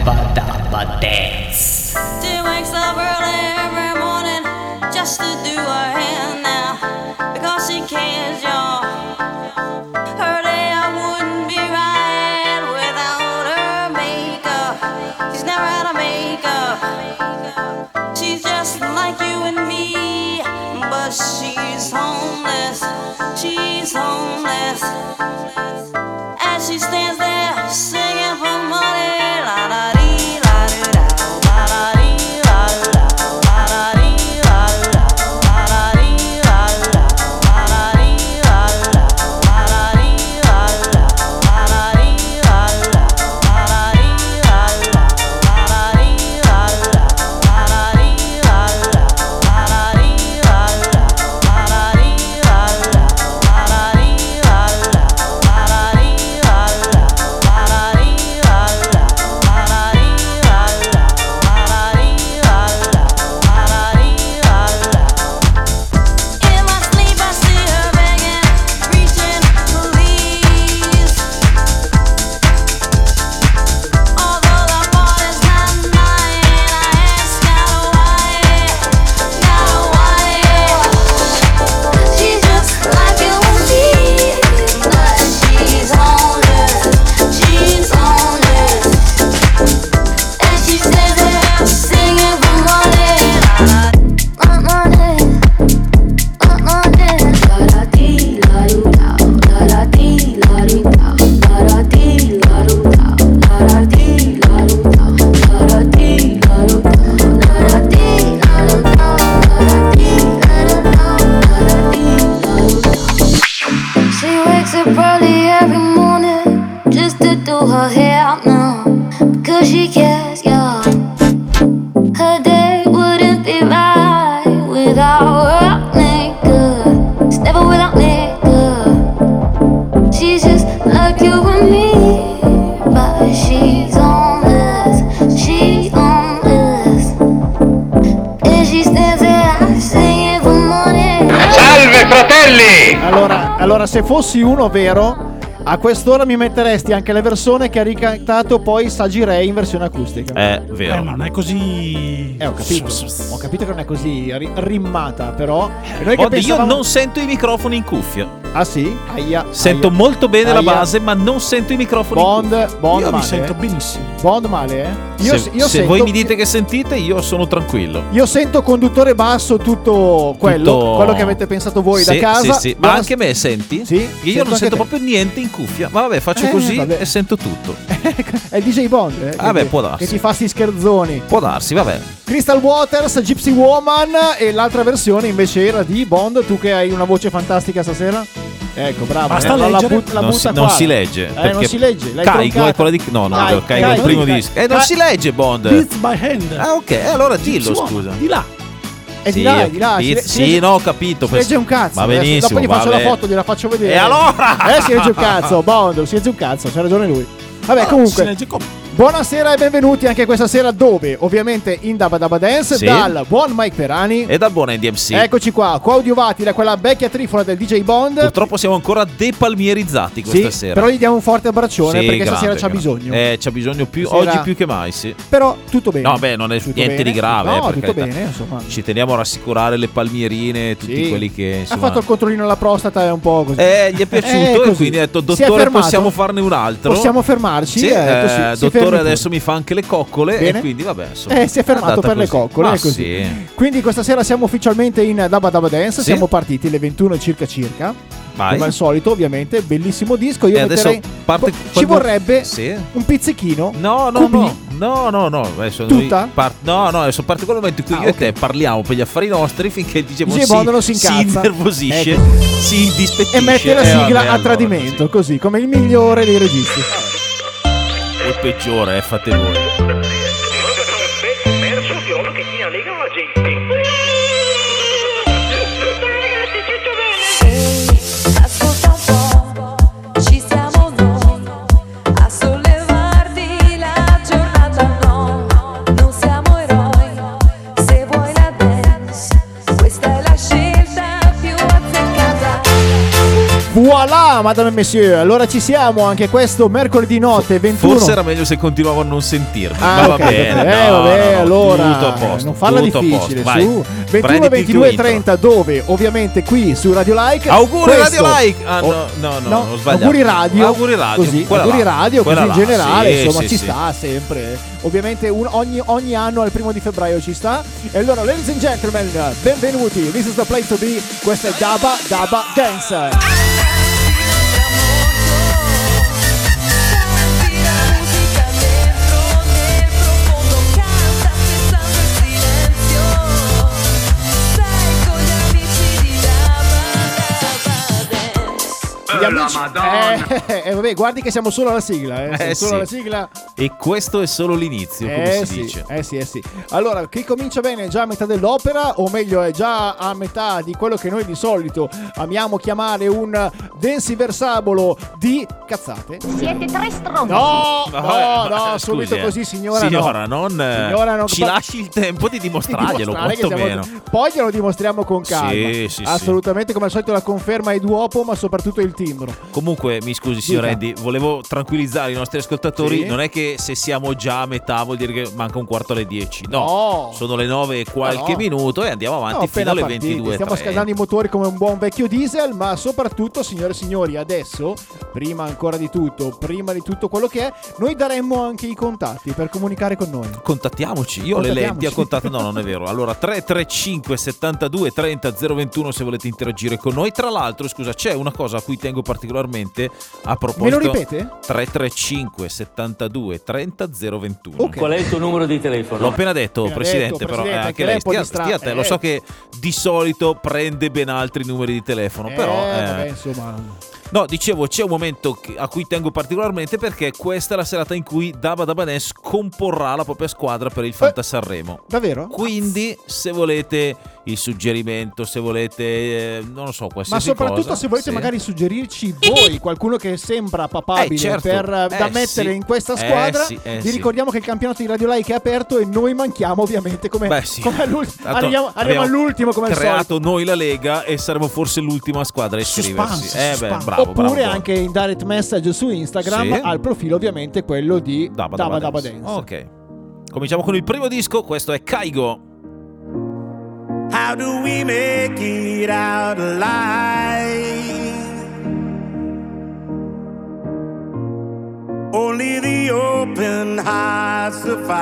Dabba Dabba Dance. She wakes up early every morning just to do her hair now, because she cares, y'all. Her day I wouldn't be right without her makeup. She's never had a makeup. She's just like you and me, but she's homeless. She's homeless. As she stands there singing for money, la da dee la da da, la da dee la da, la da dee la da, la da dee la da, la da dee la da, la da dee la da, la da dee la da, la da dee la da, la da dee la da, la da dee la da, la da dee la da, la da dee la da, la da dee la da, la da dee la da. Allora, se fossi uno vero, a quest'ora mi metteresti anche le versioni che ha ricantato poi Sagi Ray in versione acustica. Vero. Ma non è così. Ho capito che non è così rimmata, però. Noi Oddio, io non sento i microfoni in cuffia. Ah sì? Sento molto bene la base, ma non sento i microfoni Bond in Bond io male. mi sento benissimo. Bond male, eh? Se sento, voi mi dite che sentite, io sono tranquillo. Io sento conduttore basso tutto quello che avete pensato voi da casa. Sì. Ma anche me senti? Sì. Io non sento proprio niente in cuffia. Ma vabbè, faccio così e sento tutto. È il DJ Bond, Vabbè, può darsi. che ti fa sti scherzoni. Può darsi, vabbè. Crystal Waters, Gypsy Woman, e l'altra versione invece era di Bond. Tu che hai una voce fantastica stasera. Ecco, bravo. Basta leggere. Non si legge. Perché non si legge. Caigo è quella di. No, Caigo è il primo disco. Non si legge Bond. Beats by hand. Ah, ok, allora dillo, scusa. Di là. È di là, è di là. Sì, no, ho capito. Si legge un cazzo. Va benissimo. Dopo gli faccio la foto, gliela faccio vedere. E allora? Si legge un cazzo, Bond, si legge un cazzo, c'ha ragione lui. Vabbè, Si comunque. legge come? Buonasera e benvenuti anche questa sera, dove ovviamente in Dabba Dabba Dance, Sì. dal buon Mike Perani E dal buon NDMC. Eccoci qua, coadiuvati da quella vecchia trifola del DJ Bond. Purtroppo siamo ancora depalmierizzati questa sera. Però gli diamo un forte abbraccione, Sì, perché grande, stasera c'ha grande. bisogno. C'ha bisogno più Stasera- oggi più che mai, sì. Però tutto bene. No, beh, non è Tutto niente bene. di grave. No, per tutto carità. bene, insomma. Ci teniamo a rassicurare le palmierine, tutti Sì. quelli che Ha insomma. fatto il controllino alla prostata, è un po' così. Gli è piaciuto e così. quindi ha detto: Si è dottore, fermato. possiamo farne un altro? Possiamo fermarci? Sì, Si fermi dottore, pure. adesso mi fa anche le coccole. Bene. E quindi vabbè, insomma, Si è fermato andata per le così. coccole, Ma è così. sì. Quindi questa sera siamo ufficialmente in Dabba Dabba Dance. Sì. Siamo partiti alle 21 circa. Vai. Come al solito, ovviamente. Bellissimo disco. Io E adesso metterei. parte ci quel vorrebbe Sì. un pizzichino. No. Adesso Tutta? adesso parte quel momento in cui io e te parliamo per gli affari nostri finché diciamo DJ Bond non si incazza. innervosisce, Ecco. si indispettisce E mette la sigla vabbè, a allora, tradimento, così come il migliore dei registi. sì. O il peggiore, fate voi. Ascolta un po', ci siamo noi a sollevarti la giornata, no, non siamo eroi, se vuoi la dance, questa è la scelta più azzeccata. voilà, madame e monsieur. Allora ci siamo anche questo mercoledì notte 21. Forse era meglio se continuavo a non sentirmi. Ma Ah, va ok. bene. Vabbè, no, allora tutto a posto, non farla tutto a difficile. posto. Vai, Su 21, prenditi 22 il e tuo 30, dove ovviamente qui su Radio Like. Auguri questo- Radio Like. Ah, Oh, no, ho sbagliato. Auguri radio. Auguri radio. Così, Quella auguri là, radio, quella così in là, generale, sì, insomma, sì, ci sì. sta sempre. Ovviamente ogni anno al 1 febbraio ci sta. E allora, ladies and gentlemen, benvenuti. This is the place to be. Questa è Daba Daba Dance. Gli amici, vabbè, guardi che siamo solo alla sigla, siamo solo sì. alla sigla. E questo è solo l'inizio, come si dice. Sì. Allora, chi comincia bene è già a metà dell'opera, o meglio è già a metà di quello che noi di solito amiamo chiamare un densiversabolo di cazzate. Siete tre stronzi. No, Scusi, subito così, signora non Signora, non- ci lasci il tempo di dimostrarglielo, dimostrare che quantomeno. poi glielo dimostriamo con calma. Sì. Assolutamente, come al solito la conferma è duopo, ma soprattutto il timbro. Comunque, mi scusi, signor Dica. Eddie, volevo tranquillizzare i nostri ascoltatori. Sì. Non è che se siamo già a metà vuol dire che manca un quarto alle 10. No, No. sono le 9 e qualche No. minuto e andiamo avanti fino appena alle partiti. 22. Stiamo scaldando i motori come un buon vecchio diesel, ma soprattutto, signore e signori, adesso, prima ancora di tutto, prima di tutto quello che è, noi daremmo anche i contatti per comunicare con noi. Contattiamoci, io ho le lenti a contatto. No, non è vero. Allora 335 72 30 021 se volete interagire con noi. Tra l'altro, scusa, c'è una cosa a cui tengo particolarmente a proposito. Me lo ripete? 335 72 30 021. Ok. Qual è il tuo numero di telefono? L'ho appena detto, Appena Presidente, detto, però Presidente, anche anche lei lei un po' stia a te. Lo so che di solito prende ben altri numeri di telefono, però vabbè, insomma. no, dicevo, c'è un momento a cui tengo particolarmente perché questa è la serata in cui Daba Daba Dance comporrà la propria squadra per il Fanta Sanremo. Davvero? Quindi, se volete il suggerimento, se volete, non lo so, Ma qualsiasi soprattutto cosa, se volete sì. magari suggerirci voi qualcuno che sembra papabile certo. da mettere Sì. in questa squadra. Sì, Vi sì. ricordiamo che il campionato di Radio Like è aperto e noi manchiamo ovviamente come, Beh, sì. come Tanto arriviamo abbiamo all'ultimo come al creato solito. noi la Lega e saremo forse l'ultima squadra a iscriversi. Suspense, suspense. Bravo, Oppure bravo. anche in direct message su Instagram Sì. al profilo ovviamente quello di Daba Daba Daba Daba Dance. Dance. Ok. Cominciamo con il primo disco, questo è Kaigo. How do we make it out alive? Only the open heart survive.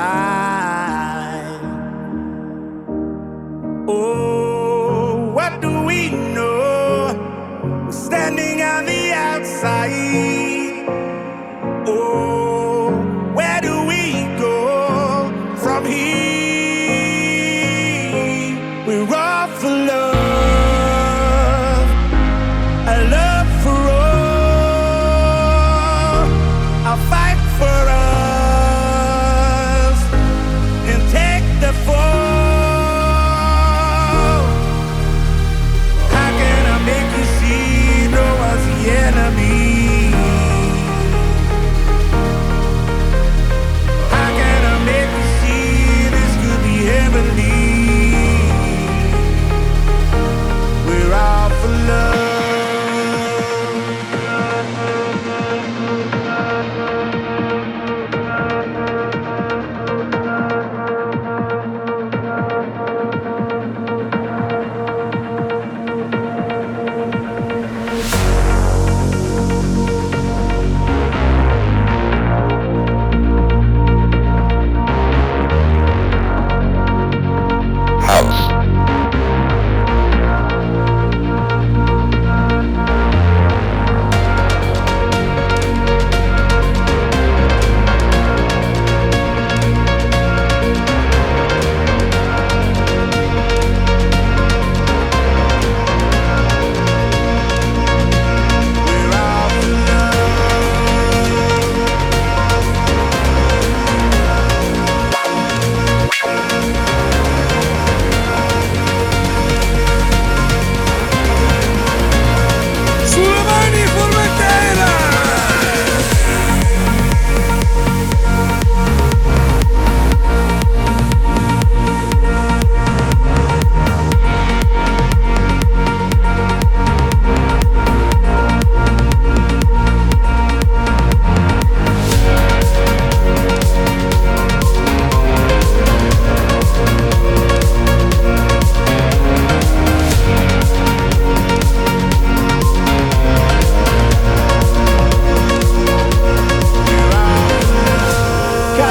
Oh, what do we know? We're standing on the outside. Oh, where do we go from here? We're all for love, a love for all. I'll fight for us.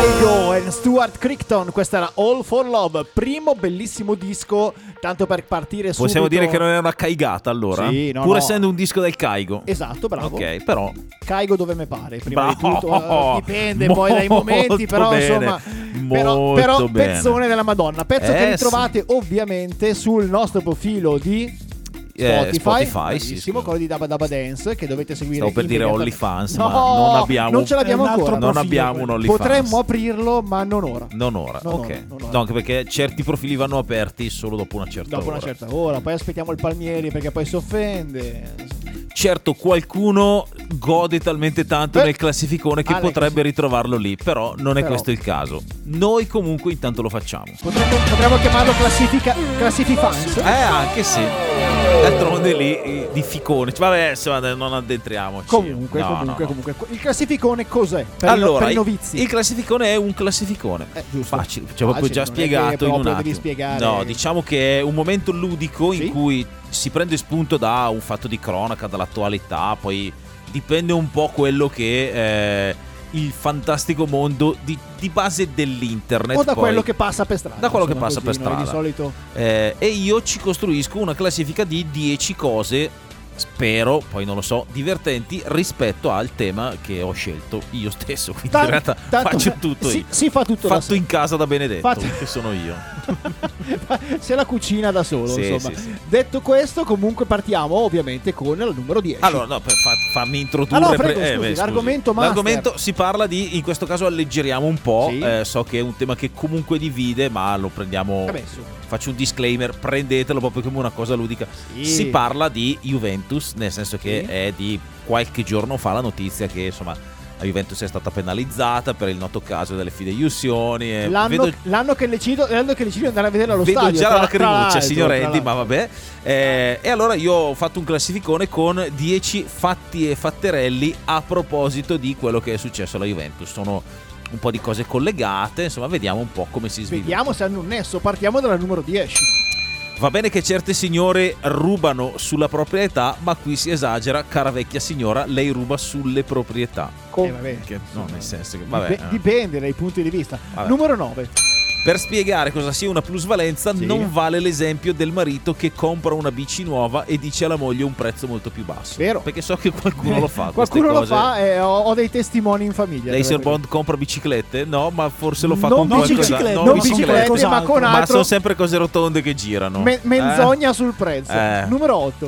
Kygo e Stuart Crichton, questa era All for Love, primo bellissimo disco, tanto per partire subito. Possiamo dire che non è una caigata allora? Sì, no, pur no. essendo un disco del Kygo. Esatto, bravo. Ok, però Caigo dove me pare, prima di Bravo. tutto, dipende poi dai momenti, però bene, insomma, molto però bene. pezzone della Madonna, pezzo che Sì. ritrovate ovviamente sul nostro profilo di Spotify, sì, bellissimo, sì. quello di Dabba Dabba Dance, che dovete seguire. Stavo per dire immediatamente. OnlyFans, No, ma non abbiamo. non ce l'abbiamo È un altro ancora. Non profilo, abbiamo un quello. OnlyFans. Potremmo aprirlo, ma non ora. Non ora, Non ok. ora, non ora. No, anche perché certi profili vanno aperti solo dopo una certa Dopo ora. una certa ora, poi aspettiamo il Palmieri perché poi si offende. Certo, qualcuno gode talmente tanto Beh, nel classificone che Alex. potrebbe ritrovarlo lì, però non è Però. questo il caso. Noi comunque intanto lo facciamo. Potremmo chiamarlo classififans. Anche sì. D'altronde lì di ficone. Vabbè, insomma, non addentriamoci. Comunque, No, comunque, no. comunque. Il classificone cos'è? Per Allora, i novizi. il classificone è un classificone. Giusto. Facile, ci avevo Facile, già non è che spiegato in un proprio attimo. devi spiegare. No, diciamo che è un momento ludico Sì? in cui si prende spunto da un fatto di cronaca, dall'attualità, poi dipende un po' quello che il fantastico mondo di base dell'internet. O da poi, quello che passa per strada. da quello che insomma, passa così, per noi strada. Di solito. E io ci costruisco una classifica di 10 cose, spero, poi non lo so, divertenti rispetto al tema che ho scelto io stesso. Quindi in realtà faccio tutto io. Si fa tutto da Fatto solo. in casa da Benedetto, Fatto- che sono io. Se la cucina da solo, Sì, insomma. sì, sì. Detto questo, comunque partiamo ovviamente con il numero 10. Allora, no, fammi introdurre. Ah, no, prego, scusi, scusi. l'argomento master. L'argomento si parla di, in questo caso alleggeriamo un po'. Sì. So che è un tema che comunque divide, ma lo prendiamo. Su. Faccio un disclaimer, prendetelo proprio come una cosa ludica. Sì. Si parla di Juventus, nel senso che Sì. è di qualche giorno fa la notizia che insomma la Juventus è stata penalizzata per il noto caso delle fideiussioni. E L'anno che decido di andare a vedere allo vedo stadio. già tra la lacrimuccia, l'altro, signor tra Andy, l'altro. ma vabbè. E allora io ho fatto un classificone con 10 fatti e fatterelli a proposito di quello che è successo alla Juventus. Sono un po' di cose collegate, insomma, vediamo un po' come si sviluppa. Vediamo se hanno un nesso. Partiamo dalla numero 10. Va bene che certe signore rubano sulla proprietà, ma qui si esagera, cara vecchia signora, lei ruba sulle proprietà. Vabbè. Che, no, nel senso che vabbè, Dipende dai punti di vista. Vabbè. Numero 9. Per spiegare cosa sia una plusvalenza, Sì. non vale l'esempio del marito che compra una bici nuova e dice alla moglie un prezzo molto più basso. Vero. Perché so che qualcuno lo fa. Qualcuno lo queste cose. fa e ho dei testimoni in famiglia. Lei, Sir dove- Bond, compra biciclette? No, ma forse lo fa Non con qualcosa. biciclette, non non biciclette, biciclette, ma con Ma altro. sono sempre cose rotonde che girano. Menzogna sul prezzo. Numero 8.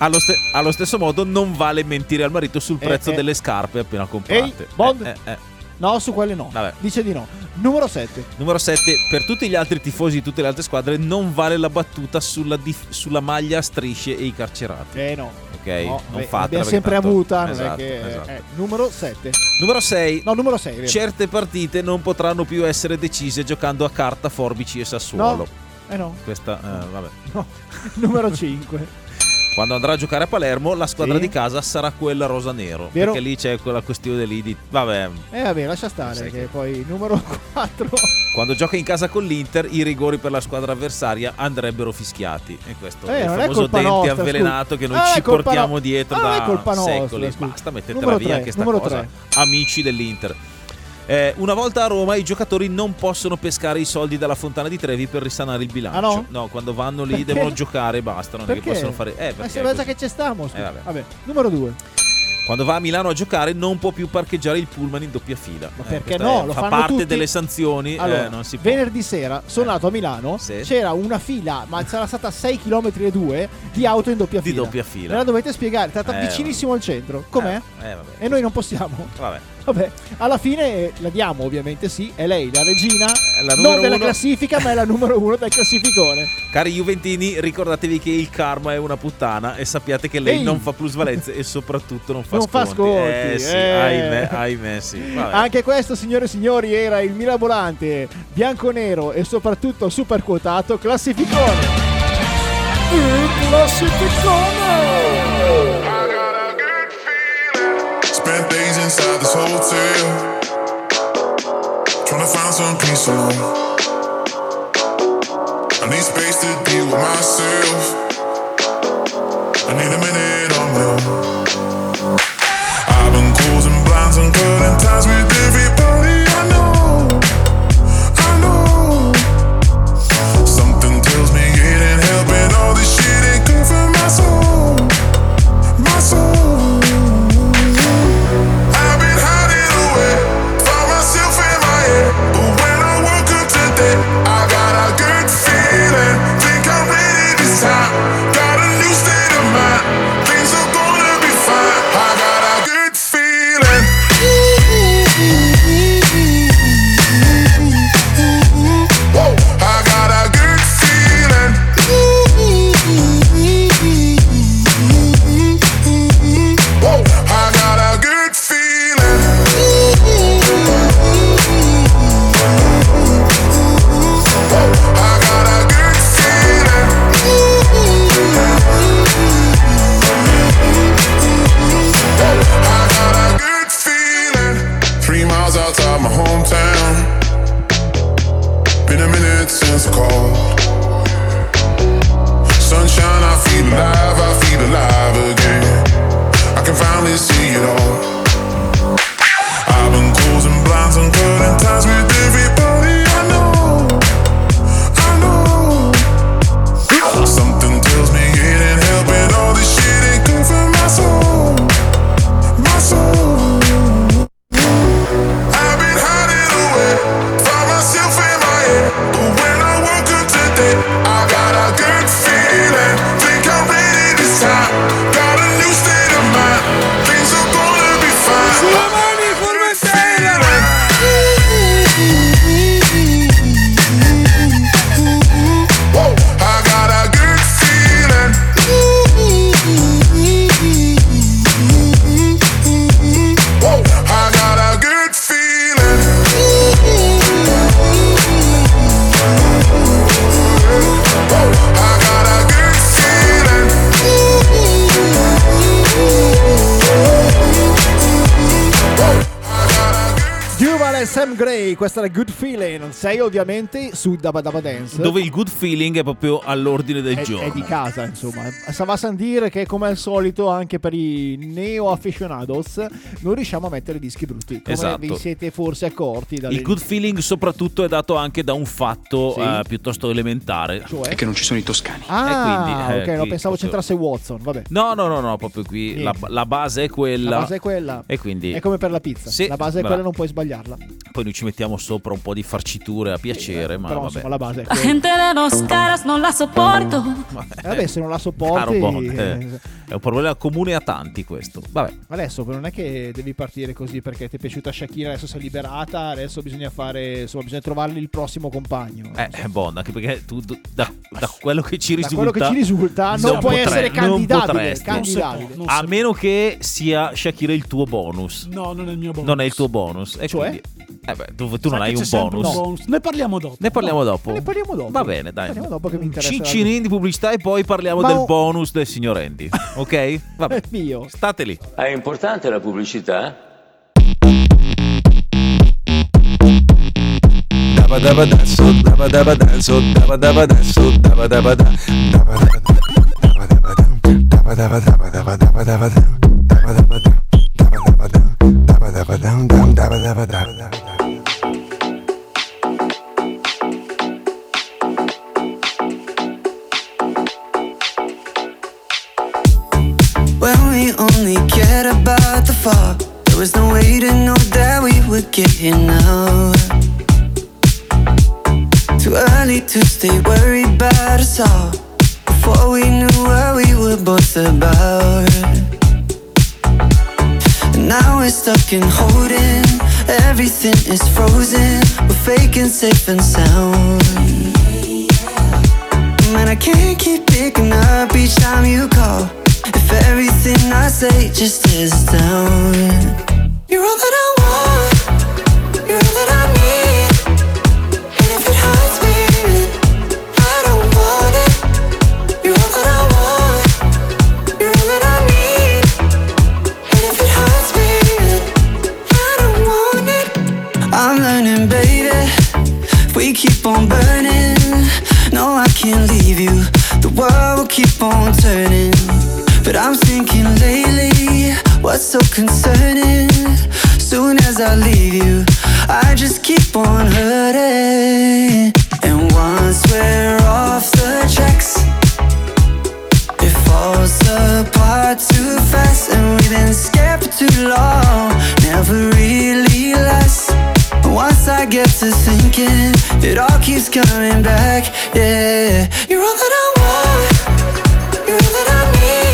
Allo stesso modo non vale mentire al marito sul prezzo eh. delle scarpe appena comprate. Bond. No, su quelle no. Vabbè. Dice di no. Numero 7. Numero 7. Per tutti gli altri tifosi di tutte le altre squadre non vale la battuta sulla maglia a strisce e i carcerati. No. Ok? No, non beh, fatela l'abbiamo perché sempre tanto- avuta. Non Esatto, è che, esatto. numero 7. Numero 6. No, numero 6. Certe partite non potranno più essere decise giocando a carta, Forbici e Sassuolo. No. Questa, vabbè. No. Numero 5. Quando andrà a giocare a Palermo, la squadra Sì. di casa sarà quella rosa-nero. Vero. Perché lì c'è quella questione lì di. Vabbè. Vabbè, lascia stare. Sai Che che- poi numero 4. Quando gioca in casa con l'Inter, i rigori per la squadra avversaria andrebbero fischiati. E questo è il non è famoso colpa dente nostra, avvelenato scusi. che noi È ci colpa portiamo no- dietro non è da colpa nostra, secoli. scusi. Basta, mettetela Numero via 3, anche sta numero cosa. 3. Amici dell'Inter. Una volta a Roma i giocatori non possono pescare i soldi dalla Fontana di Trevi per risanare il bilancio. Ah, no? No, quando vanno lì Perché? devono giocare e basta. Non è che Perché? possono fare. Ma Perché se è pensa così. che ci stiamo. scusi. Vabbè. Numero 2. Quando va a Milano a giocare non può più parcheggiare il pullman in doppia fila. Ma perché questa no? Lo fa fanno parte tutti. delle sanzioni. Allora, Non si può. venerdì sera sono andato a Milano. Sì. C'era una fila, ma sarà stata 6 km e 2 di auto in doppia Di fila. doppia fila. Me la dovete spiegare. È stata Eh, vicinissimo al centro. Com'è? Vabbè. E noi non possiamo. Vabbè. Vabbè, alla fine la diamo ovviamente, sì. È lei la regina, La numero non della uno. classifica, ma è la numero 1 del classificone. Cari Juventini, ricordatevi che il karma è una puttana e sappiate che lei Ehi. non fa plusvalenze e soprattutto non fa Non fa sconti, sì, ahimè sì. Vabbè. Anche questo, signore e signori, era il mirabolante bianco-nero e soprattutto super quotato classificone. Il classificone! Spent days inside this hotel, trying to find some peace alone. I need space to deal with myself. I need a minute on my own. I've been closing blinds and cutting ties with everybody I know. John Gray, questa è la Good Feeling. Sei ovviamente su Dabba Dabba Dance, dove il good feeling è proprio all'ordine del giorno. è di casa, insomma. Savas a dire che, come al solito, anche per i neo aficionados non riusciamo a mettere dischi brutti, come Esatto. vi siete forse accorti dalle... Il good feeling soprattutto è dato anche da un fatto Sì. piuttosto elementare. Cioè? Che non ci sono i toscani. Ah, quindi, ok, no, qui pensavo proprio- c'entrasse Watson, vabbè. No, proprio qui Niente. la base è quella. La base è quella. E quindi È come per la pizza. Sì, la base è bravo. quella, non puoi sbagliarla. poi noi ci mettiamo sopra un po' di farciture a piacere, ma Però vabbè. insomma la base è La quella. gente de los caras non la sopporto. Vabbè, se non la Caro sopporti... Bond, è un problema comune a tanti questo. Vabbè. Adesso non è che devi partire così perché ti è piaciuta Shakira, adesso sei liberata, adesso bisogna fare, insomma, bisogna trovargli il prossimo compagno. Bond, anche perché tu da quello che ci Da risulta, quello che ci risulta non puoi essere non candidabile, potresti. candidabile. Non A si meno che sia Shakira il tuo bonus. può. No, non è il mio bonus. Non è il tuo bonus. E Cioè? quindi, tu Sai non hai che un c'è sempre bonus. Ne parliamo dopo. Ne parliamo dopo. Ne parliamo dopo. Va bene, dai. Parliamo dopo che mi interessa. Cincinin di pubblicità e poi parliamo Ma del un- bonus del signor Andy. Ok? Vabbè. È mio. State lì. È importante la pubblicità? Dabba dabba danzo, dabba dabba danzo, dabba dabba danzo, dabba dabba da, dabba dabba dabba dabba dabba dabba dabba dabba dabba dabba dabba dabba dabba dabba dabba dabba. When we only cared about the fall, there was no way to know that we would get here now. Too early to stay worried about us all, before we knew what we were both about. And now we're stuck in holding, everything is frozen, we're faking safe and sound. Man, I can't keep picking up each time you call, if everything I say just is down. You're all that I want, you're all that I need, and if it hurts me, I don't want it. You're all that I want, you're all that I need, and if it hurts me, I don't want it. I'm learning, baby, if we keep on burning, no, I can't leave you, the world will keep on turning. But I'm thinking lately, what's so concerning? Soon as I leave you, I just keep on hurting. And once we're off the tracks, it falls apart too fast. And we've been scared for too long, never really lasts. And once I get to thinking, it all keeps coming back, yeah. You're all that I want, you're all that I need.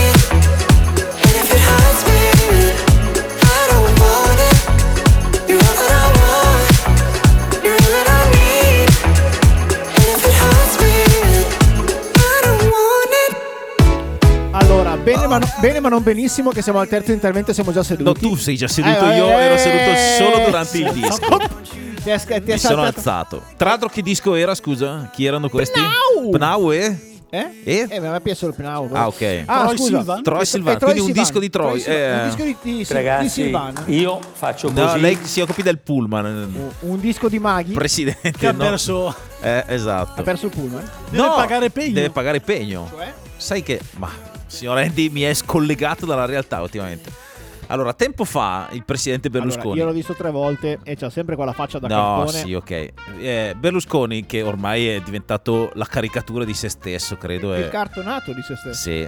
Allora, bene ma non benissimo che siamo al terzo intervento e siamo già seduti. No, tu sei già seduto, io ero seduto solo durante il disco. Ti Mi sono alzato. Tra l'altro che disco era, scusa? Chi erano questi? Pnau mi aveva piaciuto il Pnau. Ah, ok. Troy scusa. Sivan? Troy Sivan, quindi un disco di Troy. Un disco di Ragazzi, Silvano. io faccio No, così. lei si occupi del pullman. Un disco di Maghi. Presidente, Che ha no? perso. Esatto. Ha perso il pullman. Deve pagare pegno. Deve pagare pegno. Cioè? Sai che, ma signor Andy mi è scollegato dalla realtà ultimamente. Allora, tempo fa il presidente Berlusconi. Allora, io l'ho visto 3 volte e c'ha sempre quella faccia da No, cartone. sì, ok. Berlusconi, che ormai è diventato la caricatura di se stesso, credo. Il cartonato di se stesso. Sì.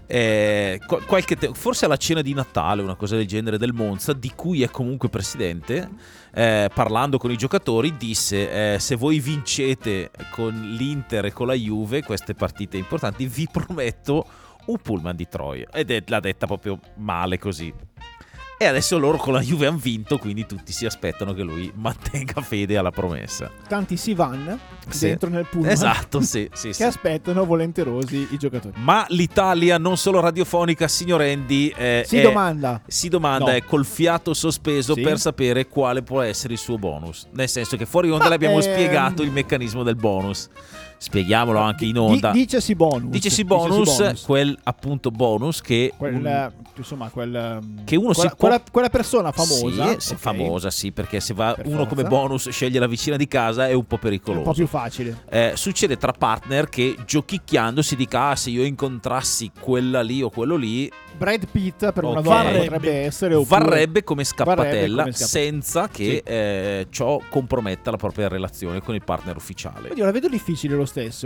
Forse alla cena di Natale, una cosa del genere, del Monza, di cui è comunque presidente, parlando con i giocatori, disse: se voi vincete con l'Inter e con la Juve queste partite importanti, vi prometto un pullman di Troia. Ed l'ha detta proprio male così. E adesso loro con la Juve hanno vinto, quindi tutti si aspettano che lui mantenga fede alla promessa. Tanti Sivan Sì. dentro nel pullman. Esatto, sì. Che aspettano volenterosi i giocatori. Ma l'Italia, non solo radiofonica, signor Andy, Si domanda, no. È col fiato sospeso Sì. per sapere quale può essere il suo bonus. Nel senso che fuori onda le abbiamo spiegato il meccanismo del bonus. Spieghiamolo anche in onda. Dicesi bonus. Dicesi bonus, quel appunto bonus che Quel, insomma, quel, che uno quella, si può quella persona famosa. Sì, ok. famosa, sì, perché se va Per uno forza. come bonus sceglie la vicina di casa è un po' È pericoloso. un po' più facile. Succede tra partner che giochicchiando si dica se io incontrassi quella lì o quello lì Brad Pitt per una Ok. donna Varrebbe. potrebbe essere, oppure- varrebbe come scappatella Varrebbe come senza che ciò comprometta la propria relazione con il partner ufficiale. Oddio, la vedo difficile lo stesso,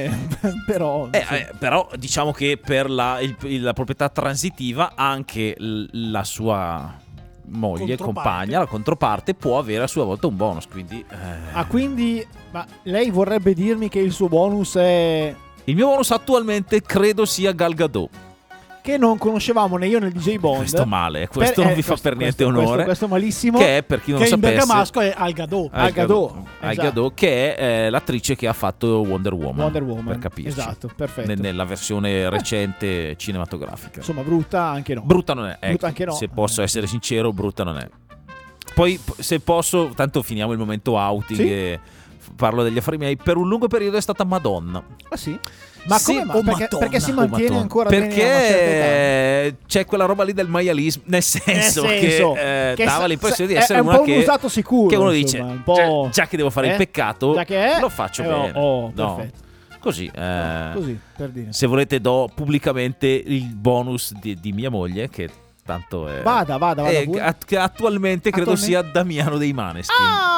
però sì. Però diciamo che per la proprietà transitiva anche la sua moglie, Controparte. compagna, la controparte può avere a sua volta un bonus, quindi Ah, quindi ma lei vorrebbe dirmi che il suo bonus è il mio bonus attualmente credo sia Gal Gadot. che non conoscevamo né io né il DJ Bond. Questo male, questo non vi fa per niente onore. Questo malissimo. Che è, per chi non Che lo in sapesse, bergamasco è Al Gadot. Al Gadot, Al esatto. Gadot, che è l'attrice che ha fatto Wonder Woman, Wonder per capirci. Esatto, perfetto. Nella versione recente cinematografica. Insomma, brutta anche no. Brutta non è, Brutta ecco, anche no. se posso essere sincero, brutta non è. Poi se posso, tanto finiamo il momento outing Sì. e parlo degli affari miei, per un lungo periodo è stata Madonna. Ah sì? Ma Sì, come mai? oh, Perché, Madonna. perché si mantiene Madonna. ancora bene a una certa età? Perché c'è quella roba lì del maialismo, nel senso che dava l'impressione di essere è un una po' che un usato sicuro, che uno insomma, dice un po', già che devo fare il peccato già che è, lo faccio bene. Oh, No. perfetto. Così, Così, per dire. se volete do pubblicamente il bonus di mia moglie, che tanto è Vada pure. che attualmente credo Attualmente? sia Damiano dei Maneskin.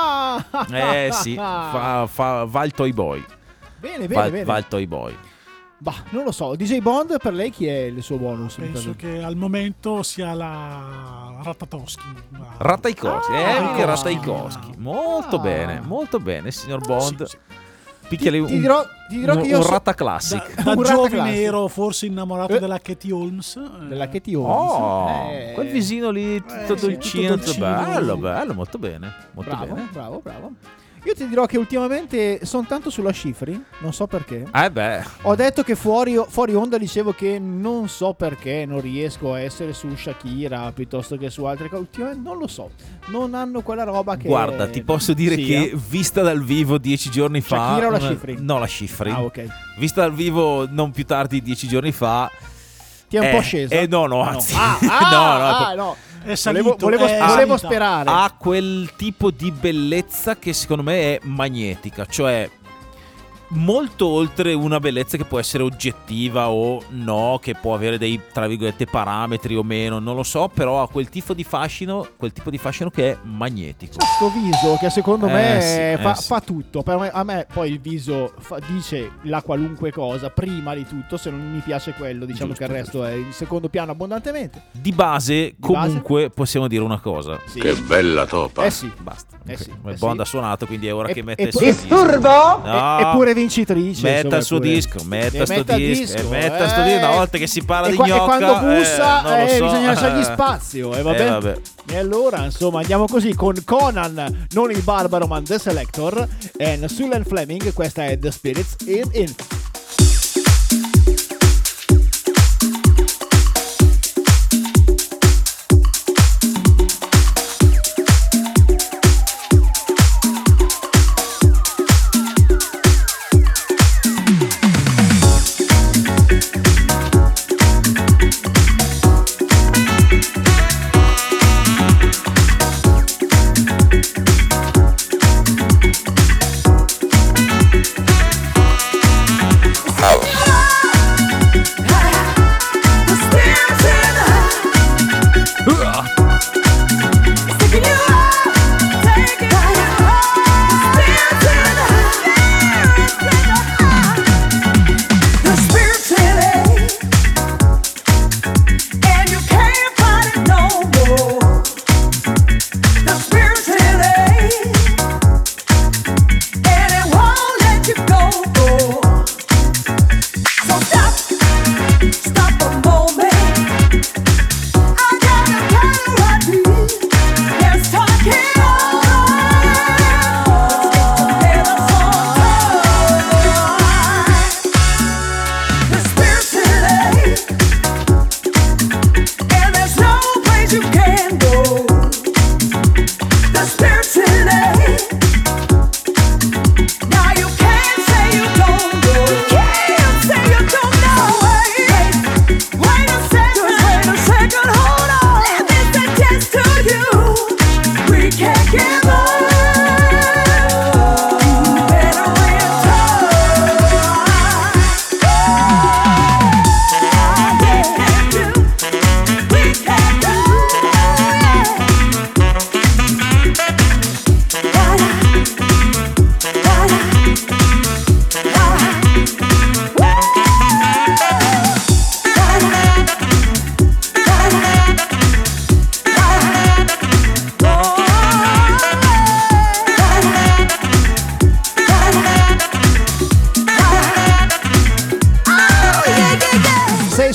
Ah! Sì, va il Toy Boy. Bene, Va bene. il Toy Boy. Bah, non lo so. DJ Bond per lei chi è il suo bonus? Penso che al momento sia la Ratatoschi. Ratajkowski, Ah, Ratajkowski. Molto bene, signor Bond. Sì. Picchiali Ti dirò che io un so- Rata Classic. Da Un giovane Ratatouille. ero forse innamorato della Katie Holmes. Della Katie Holmes. Oh, quel visino lì tutto sì, dolcino, tutto dolcino. bello, molto bene. Molto bene. Bravo. Io ti dirò che ultimamente sono tanto sulla Schifri, non so perché. Ho detto che fuori onda dicevo che non so perché non riesco a essere su Shakira piuttosto che su altre cose. Ultimamente non lo so, non hanno quella roba che... Guarda, ti posso dire Sì, che vista dal vivo 10 giorni fa... Shakira o la Schifri? No, la Schifri. Ah, ok. Vista dal vivo non più tardi di 10 giorni fa... Ti è un po' scesa? No, anzi. no. È salito, Volevo salita. sperare. Ha quel tipo di bellezza che secondo me è magnetica, cioè molto oltre una bellezza che può essere oggettiva o no, che può avere dei, tra virgolette, parametri o meno, non lo so, però ha quel tipo di fascino che è magnetico. Questo viso che secondo me sì. fa tutto. A me poi il viso dice la qualunque cosa prima di tutto. Se non mi piace quello, diciamo Giusto, che il resto è in secondo piano abbondantemente. Di base, comunque, possiamo dire una cosa. Sì. Che bella topa. Sì. Basta. Sì, Il Bond ha suonato, quindi è ora che mette il suo disturbo? No. Eppure vincitrice. Metta insomma, il suo eppure. disco, metta sto metta il disco, disco, metta sto disco. Una volta che si parla di e gnocca, quando bussa non lo so. bisogna lasciargli spazio. E vabbè. vabbè. E allora, insomma, andiamo così con Conan, non il barbaro, ma The Selector, e Sulan Fleming. Questa è The Spirits in. Thank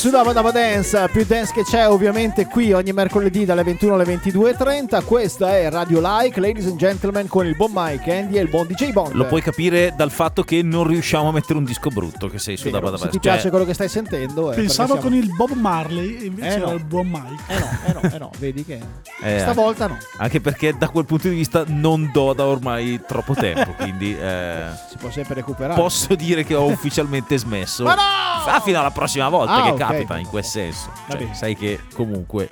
su Dabba Dabba Dance, più dance che c'è ovviamente qui ogni mercoledì dalle 21 alle 22.30. Questa è Radio Like, ladies and gentlemen, con il buon Mike Andy e il buon DJ Bond. Lo puoi capire dal fatto che non riusciamo a mettere un disco brutto, che sei su Dabba Dabba Dance. Se ti piace quello che stai sentendo, pensavo con il Bob Marley, invece era il buon Mike. No, vedi che stavolta no. Anche perché da quel punto di vista non do da ormai troppo tempo, quindi si può sempre recuperare. Posso dire che ho ufficialmente smesso. Ma no! Fino alla prossima volta che okay, capita, in quel senso. Cioè, sai che comunque.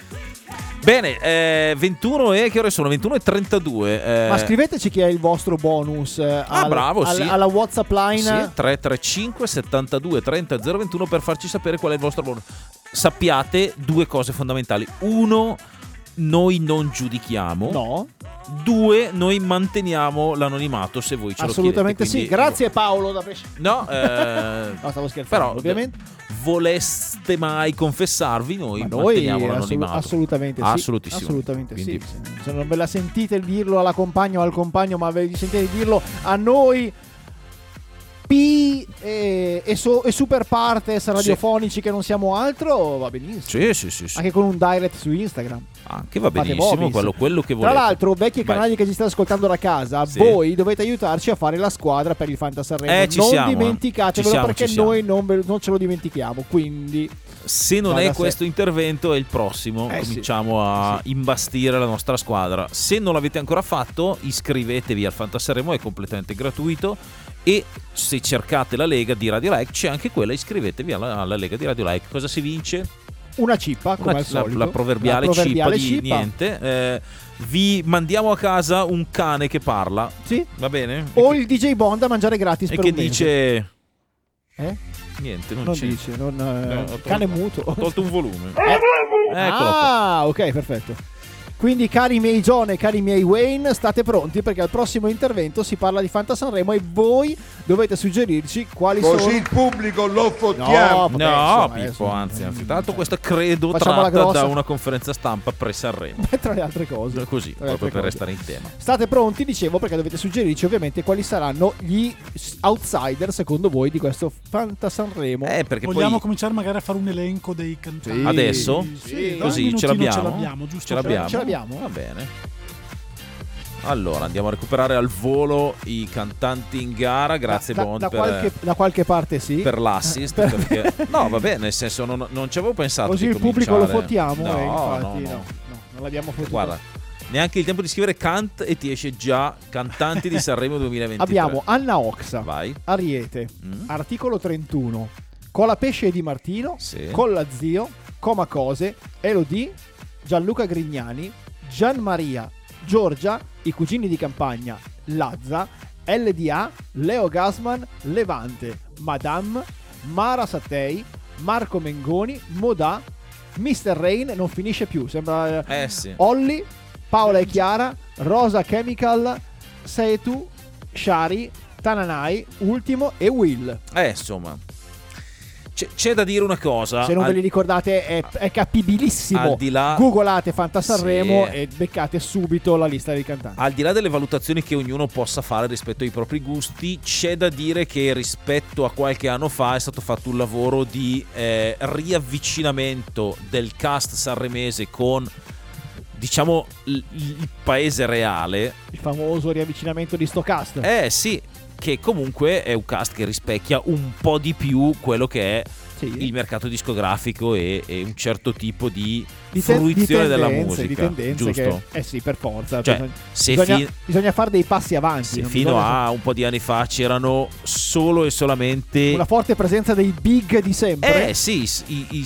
Bene, 21 e che ore sono? 21:32. Ma scriveteci chi è il vostro bonus bravo, sì. alla WhatsApp line. Sì, 335 72 30 021 per farci sapere qual è il vostro bonus. Sappiate due cose fondamentali. Uno, noi non giudichiamo. No. 2, noi manteniamo l'anonimato se voi ce lo chiedete. Assolutamente sì. Grazie Paolo da Brescia. No, no, stavo scherzando, però, ovviamente. Voleste mai confessarvi, noi manteniamo l'anonimato. Assolutamente sì. Assolutamente quindi. Sì. Se non ve la sentite dirlo alla compagna o al compagno, ma ve sentite dirlo a noi e super partes radiofonici che non siamo altro, va benissimo. Sì. Anche con un direct su Instagram. Anche va benissimo, quello che volete. Tra l'altro, vecchi canali che ci state ascoltando da casa, voi dovete aiutarci a fare la squadra per il Fantasanremo. Non dimenticatevelo, perché noi non ce lo dimentichiamo. Quindi, se non è questo intervento, è il prossimo. Cominciamo a imbastire la nostra squadra. Se non l'avete ancora fatto, iscrivetevi al Fantasanremo, è completamente gratuito. E se cercate la Lega di Radio Like, c'è anche quella, iscrivetevi alla Lega di Radio Like. Cosa si vince? Una cippa, come al solito. La proverbiale cippa di niente. Vi mandiamo a casa un cane che parla. Sì. Va bene? O il DJ Bond a mangiare gratis per un mese. E che dice... Niente, non dice. Cane muto. Ho tolto un volume. Eccolo. Ok, perfetto. Quindi, cari miei John e cari miei Wayne, state pronti, perché al prossimo intervento si parla di Fantasanremo e voi dovete suggerirci quali sono. Così il pubblico lo fottiamo. No, Pippo, anzi, tanto questa credo tratta da una conferenza stampa pre-Sanremo. Tra le altre cose. Così, proprio per restare in tema. State pronti, dicevo, perché dovete suggerirci ovviamente quali saranno gli outsider secondo voi di questo Fantasanremo. Perché vogliamo cominciare magari a fare un elenco dei cantanti. Adesso? Sì. Così ce l'abbiamo. Giusto? Ce l'abbiamo. Va bene. Allora andiamo a recuperare al volo i cantanti in gara. Grazie Bond da qualche parte sì. Per l'assist perché, no va bene, nel senso non ci avevo pensato. Così il pubblico lo fottiamo. No, non l'abbiamo fottuto. Guarda, neanche il tempo di scrivere Cant e ti esce già cantanti di Sanremo 2023. Abbiamo Anna Oxa, vai. Ariete, Articolo 31, Colapesce Di Martino, Colla Zio, Coma Cose, Elodie, Gianluca Grignani, Gianmaria, Giorgia, I Cugini di Campagna, Lazza, LDA, Leo Gasman, Levante, Madame, Mara Sattei, Marco Mengoni, Modà, Mr. Rain, non finisce più, sembra Olli, Paola e Chiara, Rosa Chemical, Setu, Shari, Tananai, Ultimo e Will. Insomma, c'è da dire una cosa. Se non ve li ricordate è capibilissimo. Al di là, googolate Fantasanremo e beccate subito la lista dei cantanti. Al di là delle valutazioni che ognuno possa fare rispetto ai propri gusti, c'è da dire che rispetto a qualche anno fa è stato fatto un lavoro di riavvicinamento del cast sanremese con, diciamo, il paese reale. Il famoso riavvicinamento di sto cast. Sì, che comunque è un cast che rispecchia un po' di più quello che è il mercato discografico e un certo tipo di fruizione della musica, di tendenze, giusto? Che, sì, per forza. Cioè, bisogna fare dei passi avanti. Fino a un po' di anni fa c'erano solo e solamente una forte presenza dei big di sempre. I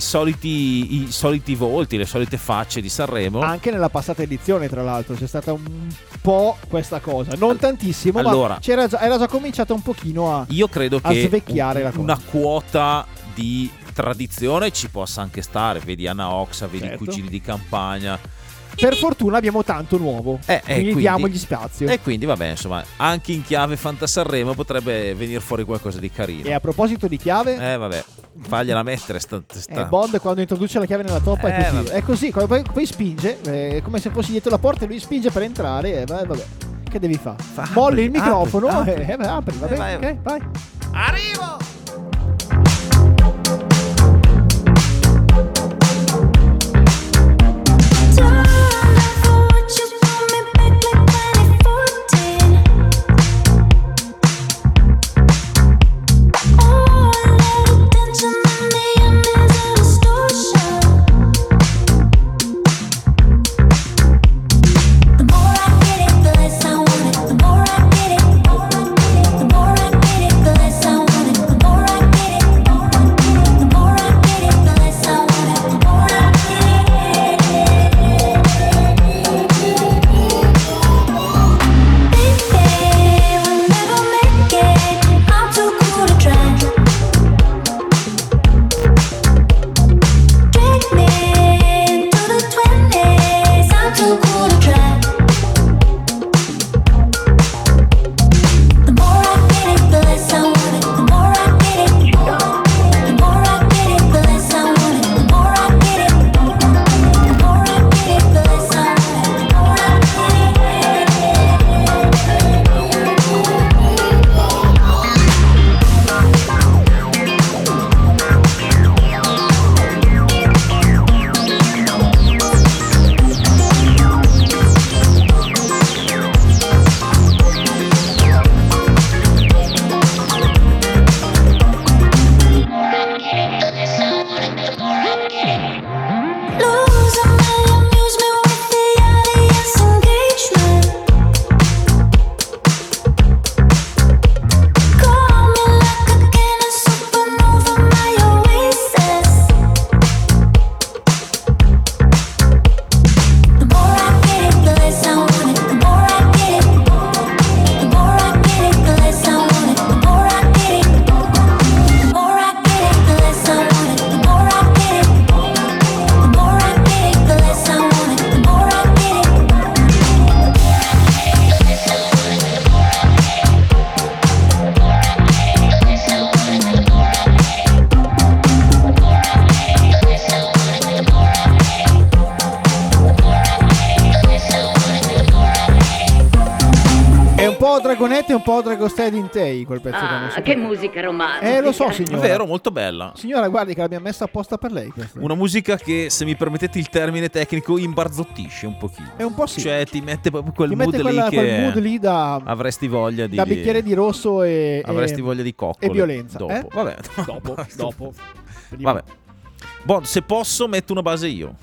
soliti volti, le solite facce di Sanremo. Anche nella passata edizione, tra l'altro, c'è stata un po' questa cosa. Non tantissimo, ma era già cominciata un pochino io credo che svecchiare la cosa. Una quota di tradizione ci possa anche stare. Vedi Anna Oxa, vedi i Cugini di Campagna. Per fortuna abbiamo tanto nuovo, quindi diamogli spazio. E quindi vabbè, insomma, anche in chiave Fantasanremo potrebbe venire fuori qualcosa di carino. E a proposito di chiave, vabbè, fagliela mettere Bond quando introduce la chiave nella toppa è così, poi spinge, è come se fossi dietro la porta e lui spinge per entrare e vabbè. Che devi fare? Molli il microfono apri, va bene, ok, vai. Arrivo! Dragonette e un po' Dragostead in Tei, quel pezzo che musica romantica. Lo so, signora. È vero, molto bella. Signora, guardi che l'abbiamo messa apposta per lei questa. Una musica che, se mi permettete il termine tecnico, imbarzottisce un pochino. È un po' sì. Cioè ti mette proprio quel Ti mood mette lì che quel mood lì da avresti voglia di da bicchiere di rosso e avresti voglia di coccole e violenza. dopo. Vabbè. Dopo. Vabbè. Bon, se posso metto una base io.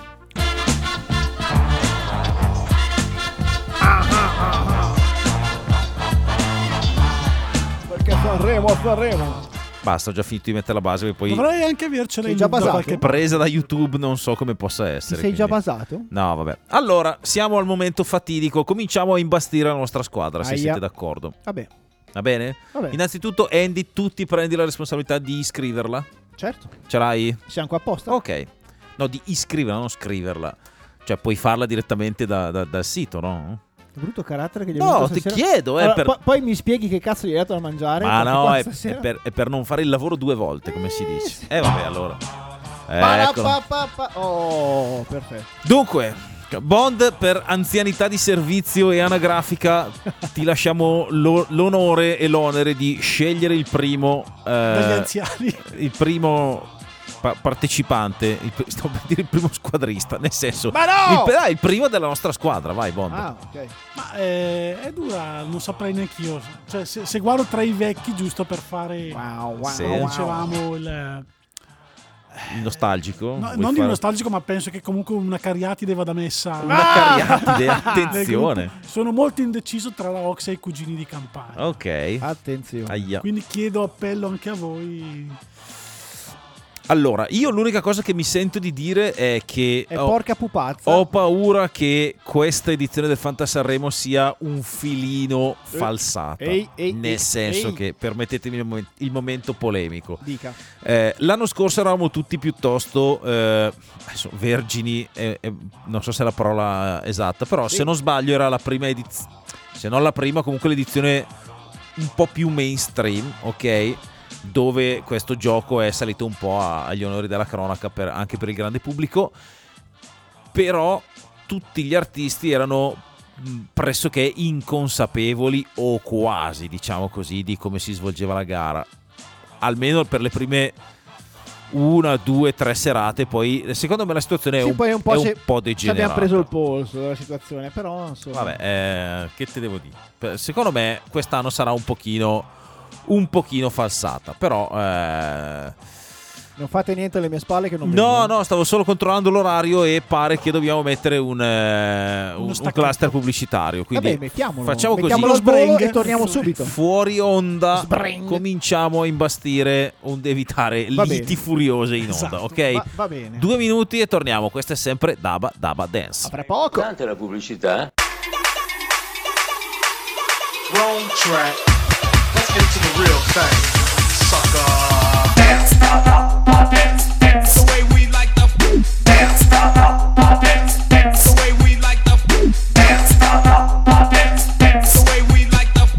Perché Sanremo. Basta, ho già finito di mettere la base, poi dovrei anche avercela in già basato? presa da YouTube, non so come possa essere. Ti sei già basato? No, vabbè. Allora, siamo al momento fatidico, cominciamo a imbastire la nostra squadra, se siete d'accordo. Vabbè. Va bene? Vabbè. Innanzitutto, Andy, tu ti prendi la responsabilità di iscriverla? Certo. Ce l'hai? Siamo qua apposta? Ok. No, di iscriverla, non scriverla. Cioè, puoi farla direttamente dal sito, no? Che brutto carattere che gli No, ti chiedo. Allora, poi mi spieghi che cazzo gli hai dato da mangiare? Ma no, è per non fare il lavoro 2 volte, come si dice. Sì. Vabbè, allora. Oh, perfetto. Dunque, Bond, per anzianità di servizio e anagrafica, ti lasciamo l'onore e l'onere di scegliere il primo degli anziani. Il primo partecipante, sto per dire il primo squadrista, nel senso, ma no! il primo della nostra squadra, vai Bond. Ah, ok. Ma è dura, non saprei neanche io. Cioè, se guardo tra i vecchi, giusto per fare dicevamo il nostalgico, no, non di nostalgico, ma penso che comunque una Cariatide vada messa. Una Cariatide, attenzione. Sono molto indeciso tra la Ox e i cugini di Campania. Ok, attenzione. Aia. Quindi chiedo appello anche a voi. Allora, io l'unica cosa che mi sento di dire è che porca pupazza. Ho paura che questa edizione del Fantasanremo sia un filino falsata. Nel senso che, permettetemi il momento polemico. Dica. L'anno scorso eravamo tutti piuttosto vergini, non so se è la parola esatta, però se non sbaglio era la prima edizione, se non la prima, comunque l'edizione un po' più mainstream, ok? Dove questo gioco è salito un po' agli onori della cronaca anche per il grande pubblico, però tutti gli artisti erano pressoché inconsapevoli o quasi, diciamo così, di come si svolgeva la gara, almeno per le prime 1, 2, 3 serate. Poi secondo me la situazione è un po' degenerata. Ci abbiamo preso il polso della situazione, però insomma. Vabbè, che te devo dire, secondo me quest'anno sarà un pochino falsata, però non fate niente alle mie spalle che non no, stavo solo controllando l'orario e pare che dobbiamo mettere un cluster pubblicitario, quindi vabbè, mettiamolo così e torniamo subito fuori onda. Cominciamo a imbastire onde evitare liti furiose in onda. Esatto. Ok, va bene. 2 minuti e torniamo. Questo è sempre Daba Dance. A fra poco. Tante la pubblicità. Wrong track. Let's get to the real thing, sucker. Dance, dance, dance. The way we like the dance, dance, dance. The way we like the dance, dance, dance. The way we like the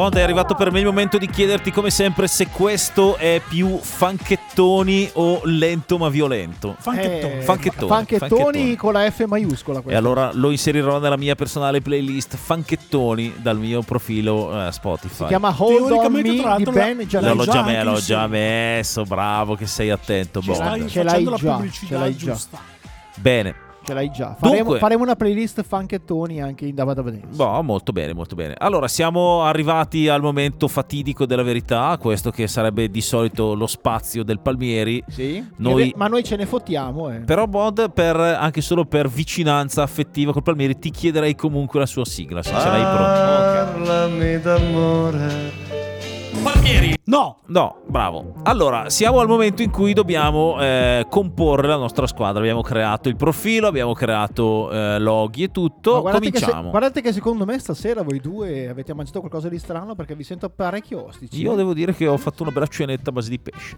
Bond, è arrivato per me il momento di chiederti come sempre se questo è più fanchettoni o lento ma violento. Fanchettoni con la F maiuscola. E allora lo inserirò nella mia personale playlist fanchettoni dal mio profilo Spotify. Si chiama Hold On Me di Ben. L'ho già messo, bravo che sei attento, Bond. Ce l'hai già. Bene. Ce l'hai già. Dunque, faremo una playlist fanchettoni anche in Davadavanese. Molto bene, molto bene. Allora, siamo arrivati al momento fatidico della verità, questo che sarebbe di solito lo spazio del Palmieri. Sì. Ma noi ce ne fottiamo. Però Bond, anche solo per vicinanza affettiva col Palmieri, ti chiederei comunque la sua sigla, se ce l'hai pronta. Parlami d'amore. Palmieri! No, bravo. Allora, siamo al momento in cui dobbiamo comporre la nostra squadra. Abbiamo creato il profilo, abbiamo creato loghi e tutto. Cominciamo. Guardate che secondo me stasera voi due avete mangiato qualcosa di strano, perché vi sento parecchio ostici. Io devo dire che ho fatto una bella cenetta a base di pesce.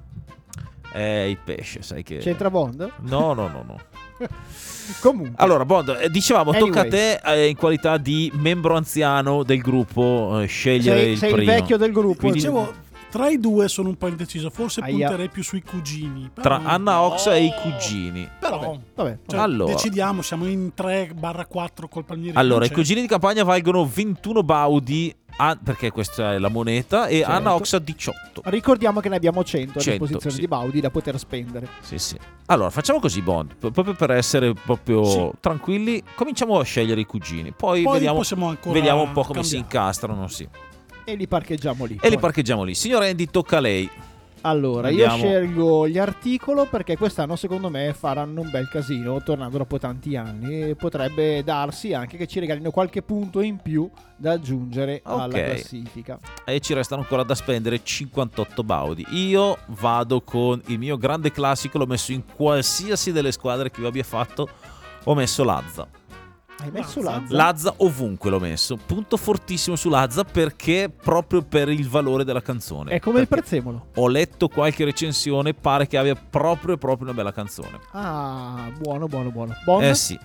Il pesce, sai che... C'entra Bond? No. Comunque. Allora, Bond, dicevamo, tocca a te in qualità di membro anziano del gruppo scegliere il primo. Sei il vecchio del gruppo. Quindi... Dicevo, tra i due sono un po' indeciso. Forse punterei più sui cugini. Però... Tra Anna Ox e i cugini. Però vabbè. Cioè, allora, decidiamo, siamo in 3/4 col Palmieri. Allora, i cugini di campagna valgono 21 baudi, perché questa è la moneta, e Anna Ox 18. Ricordiamo che ne abbiamo 100 a disposizione di baudi da poter spendere. Sì. Allora, facciamo così, Bond, proprio per essere proprio tranquilli. Cominciamo a scegliere i cugini. Poi vediamo un po' come si incastrano, E li parcheggiamo lì. Signor Andy, tocca a lei. Allora, io scelgo gli articoli perché quest'anno secondo me faranno un bel casino, tornando dopo tanti anni, e potrebbe darsi anche che ci regalino qualche punto in più da aggiungere alla classifica. E ci restano ancora da spendere 58 baudi. Io vado con il mio grande classico, l'ho messo in qualsiasi delle squadre che vi abbia fatto, ho messo Lazza. Hai messo Lazza? Lazza ovunque l'ho messo. Punto fortissimo su Lazza, perché proprio per il valore della canzone. È come il prezzemolo. Ho letto qualche recensione, pare che abbia proprio una bella canzone. Ah, buono. Bond? Sì.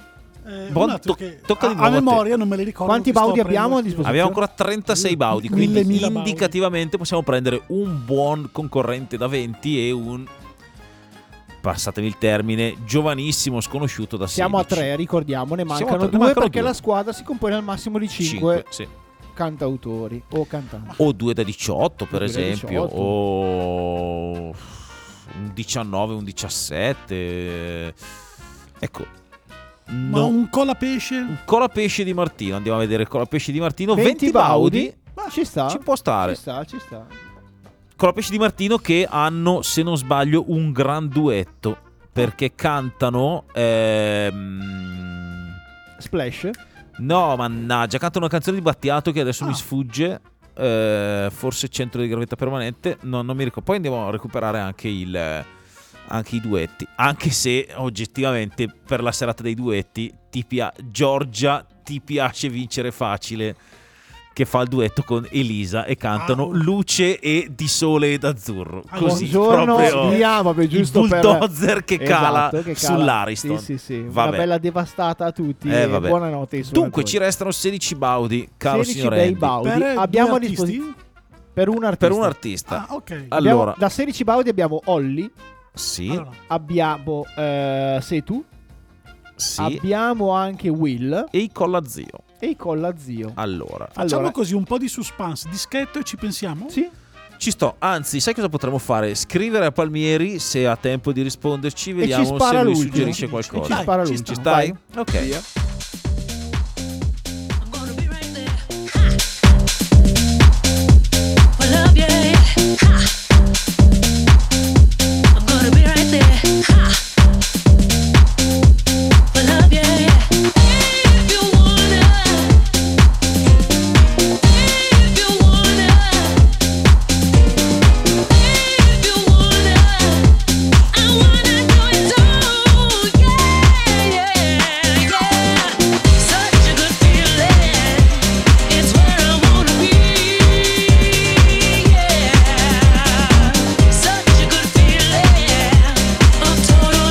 Tocca di nuovo a memoria, non me li ricordo. Quanti baudi abbiamo a disposizione? Abbiamo ancora 36 baudi, quindi indicativamente possiamo prendere un buon concorrente da 20 e un, passatemi il termine, giovanissimo sconosciuto da 16. Siamo a 3, ricordiamo, ne mancano 2 perché la squadra si compone al massimo di 5 cantautori o cantanti. O 2 da 18 per esempio, o un 19, un 17. Ecco. Ma un colapesce? Un colapesce di Martino. Andiamo a vedere il colapesce di Martino. 20 baudi. Ma ci sta. Ci può stare. Ci sta. Colapesce di Martino che hanno, se non sbaglio, un gran duetto, perché cantano Splash? No, mannaggia, cantano una canzone di Battiato che adesso mi sfugge. Forse Centro di Gravità Permanente. No, non mi ricordo. Poi andiamo a recuperare anche i duetti, anche se oggettivamente per la serata dei duetti Giorgia ti piace vincere facile, che fa il duetto con Elisa e cantano Luce e di sole ed azzurro. Così proprio giusto il bulldozer che cala sull'Ariston. Sì. Una bella devastata a tutti. Buonanotte. Dunque ci restano 16 baudi, caro signor Andy. Abbiamo a disposizione per un artista. Ok. Allora, da 16 baudi abbiamo Olli. Sì. Allora. Abbiamo Sei tu. Sì. Abbiamo anche Will e i Colla Zio. Allora facciamo così un po' di suspense, dischetto, e ci pensiamo? Sì. Ci sto, anzi, sai cosa potremmo fare? Scrivere a Palmieri se ha tempo di risponderci, vediamo se lui suggerisce qualcosa. Ci stai? Ok. Via. Total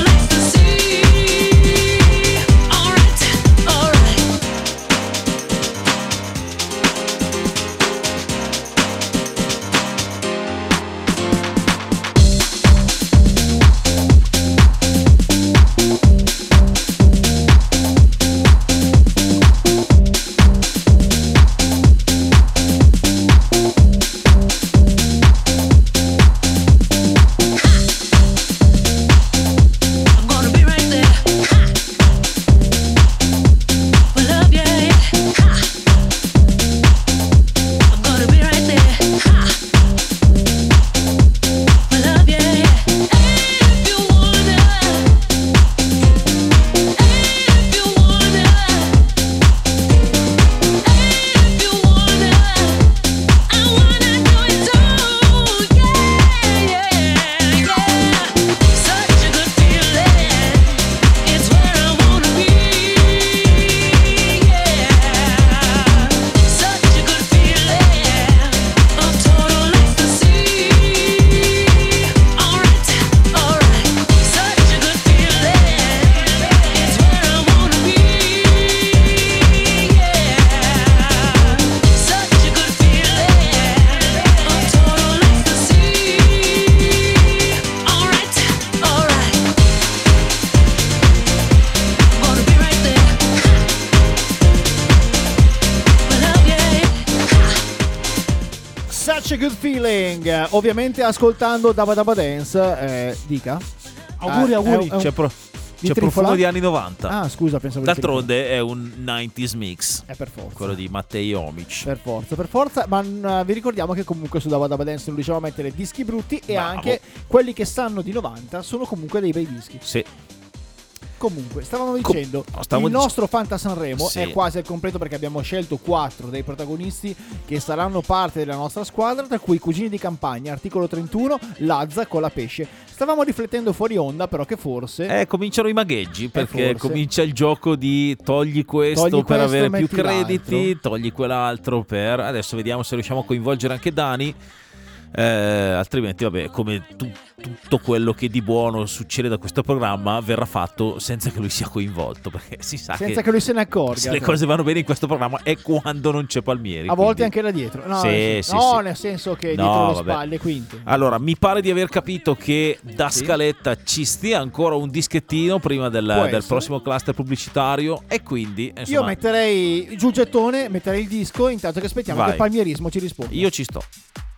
Such a Good Feeling, ovviamente ascoltando Dabba Dabba Dance, dica. Auguri. C'è profumo di anni 90. Ah, scusa, pensavo. D'altronde è un 90s mix. Per forza. Quello di Mattei Omic. Per forza. Ma vi ricordiamo che comunque su Dabba Dabba Dance non riusciamo a mettere dischi brutti. E anche quelli che sanno di 90 sono comunque dei bei dischi. Sì. Comunque, stavamo dicendo, il nostro Fanta Sanremo è quasi al completo, perché abbiamo scelto 4 dei protagonisti che saranno parte della nostra squadra, tra cui Cugini di Campagna, Articolo 31, Lazza con la Pesce. Stavamo riflettendo fuori onda, però, che forse cominciano i magheggi, perché comincia il gioco di togli questo per avere più crediti, l'altro. Togli quell'altro per... Adesso vediamo se riusciamo a coinvolgere anche Dani. Altrimenti vabbè, come tutto quello che di buono succede da questo programma verrà fatto senza che lui sia coinvolto, perché si sa senza che lui se ne accorga. Se le cose vanno bene in questo programma è quando non c'è Palmieri, a volte anche da dietro, nel senso che dietro le spalle, quindi. Allora, mi pare di aver capito che da scaletta ci stia ancora un dischettino prima del prossimo cluster pubblicitario, e quindi insomma, io metterei giù il gettone, metterei il disco intanto che aspettiamo che il palmierismo ci risponda. Io ci sto.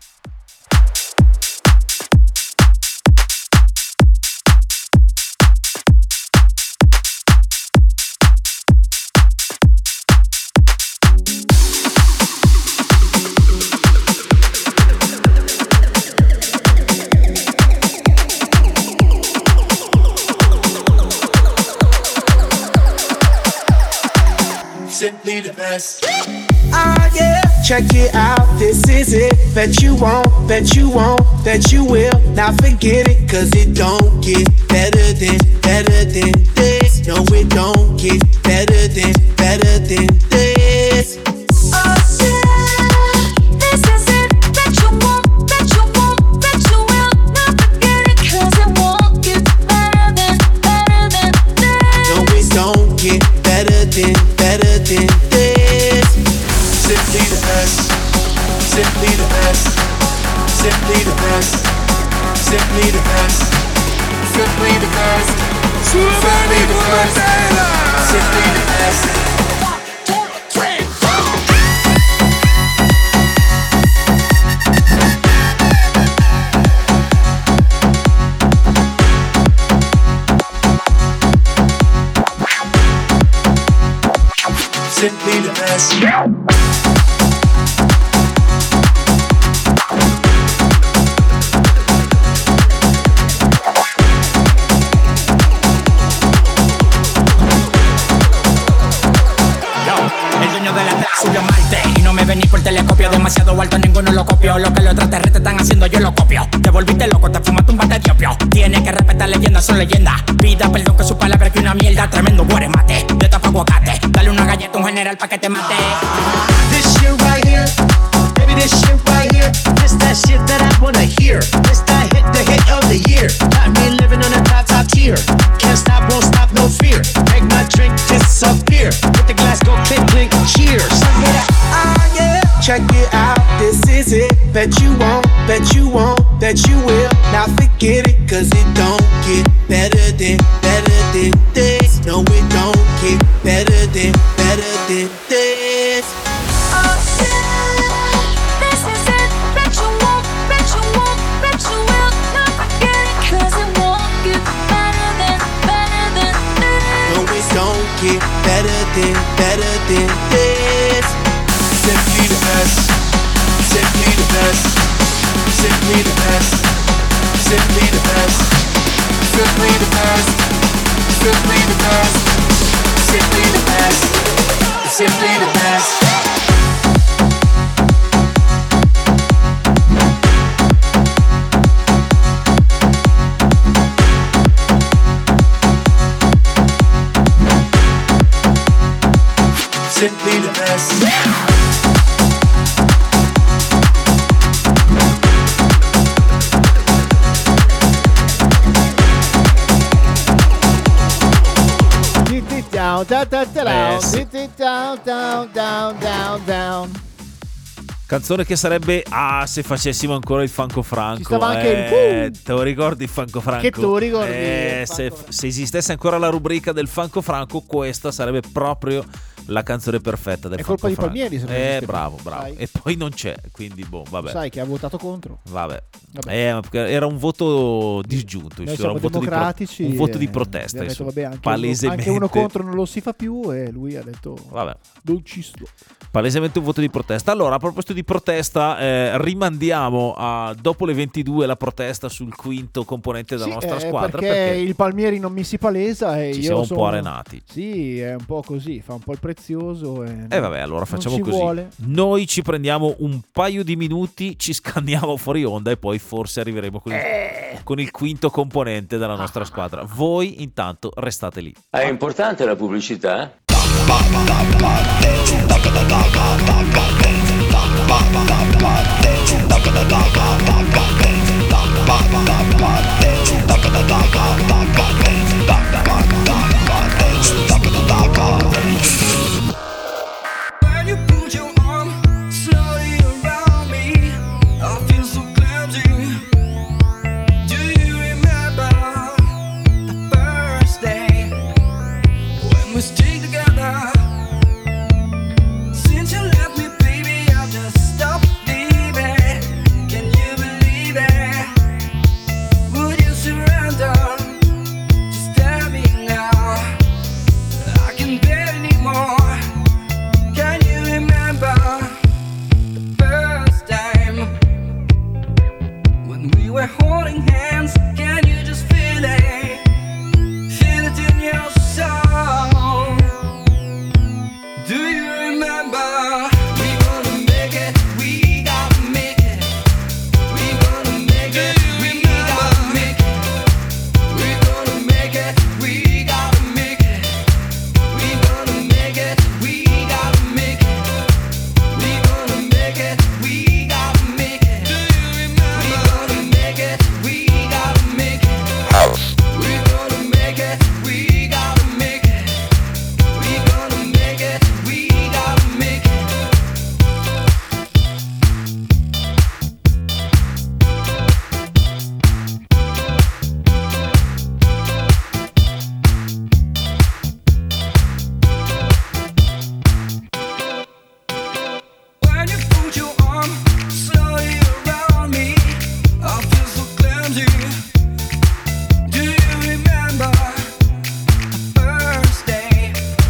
Simply the best. Ah yeah, check it out, this is it. Bet you won't, bet you won't, bet you will. Now forget it, cause it don't get better than this. No, it don't get better than this. Oh yeah, this is it. Bet you won't, bet you won't, bet you will. Now forget it, cause it won't get better than this. No, it don't get better than this. Simply the best. Simply the best. Simply the best. Simply the best. Simply the best. Simply the best. Simply the best. 1, 2, 3, 4. Simply the best. Subió a Marte y no me vení por telescopio. Demasiado alto, ninguno lo copió. Lo que los extraterrestres están haciendo, yo lo copio. Te volviste loco, te fumaste un bate de opio. Tienes que respetar leyendas, son leyendas. Pida perdón que su palabra es que una mierda. Tremendo guaremate, de tapa aguacate. Dale una galleta a un general pa' que te mate. This shit right here, baby, this shit right here. This that shit that I wanna hear. This that hit, the hit of the year. Got me living on a top tier. Can't stop, won't stop, no fear. Make my drink disappear. With the glass go clink, clink, cheers. Ah yeah, check it out, this is it. Bet you won't, bet you won't, bet you will. Now forget it, cause it don't get better than this. No, it don't get better than this. Oh yeah, this is it. Bet you won't, bet you won't, bet you will. Now forget it, cause it won't get better than this. No, it don't get better than this. Simply the best. Simply the best. Simply the best. Simply the best. Simply the best. Simply the best. Simply the best. Simply the best. Simply the best. Down. Canzone che sarebbe se facessimo ancora il Franco Franco. Ci stava anche te lo ricordi il Franco Franco? Che tu ricordi? Se esistesse ancora la rubrica del Franco Franco, questa sarebbe proprio la canzone perfetta del È colpa di Palmieri, se non esiste. Bravo. Sai. E poi non c'è, quindi vabbè. Sai che ha votato contro. Vabbè. Era un voto disgiunto, Noi era siamo un voto democratici, un voto di protesta. Detto, vabbè, palesemente anche uno contro non lo si fa più, e lui ha detto vabbè. dolcisto. Palesemente un voto di protesta. Allora, a proposito di protesta, rimandiamo a dopo le 22 la protesta sul quinto componente della nostra squadra, perché il Palmieri non mi si palesa e ci io siamo sono un po' arenati. Sì, è un po' così, fa un po' il prezioso e vabbè, allora facciamo così. Vuole. Noi ci prendiamo un paio di minuti, ci scanniamo fuori onda e poi forse arriveremo con il quinto componente della nostra squadra. Voi intanto restate lì. È importante la pubblicità? When you put your arm slowly around me, I feel so clumsy. Do you remember the first day when we stayed together? Since you left me, baby, I've just stopped leaving. Can you believe it? Would you surrender? Just tell me now. I can bear anymore. Can you remember the first time when we were holding hands? Can you just feel it? Feel it in your soul. Do you remember? We gonna make it. We gotta make it. We gonna make it. We gotta make it. We gonna make it. We gotta make it. We gonna make it. We gotta make it. We gonna make it. We gotta make it. Do you remember? We gonna make it. We gotta make it. We gonna make it. We gotta make it. We gonna make it. We gotta make it. When you put your arm slowly around me, I feel so clumsy. Do you remember the first day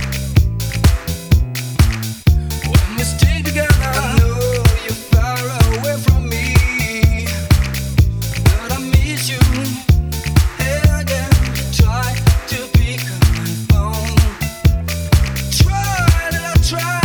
when we stayed together? I know you're far away from me, but I miss you. Again, try to pick up my phone. Try that I try.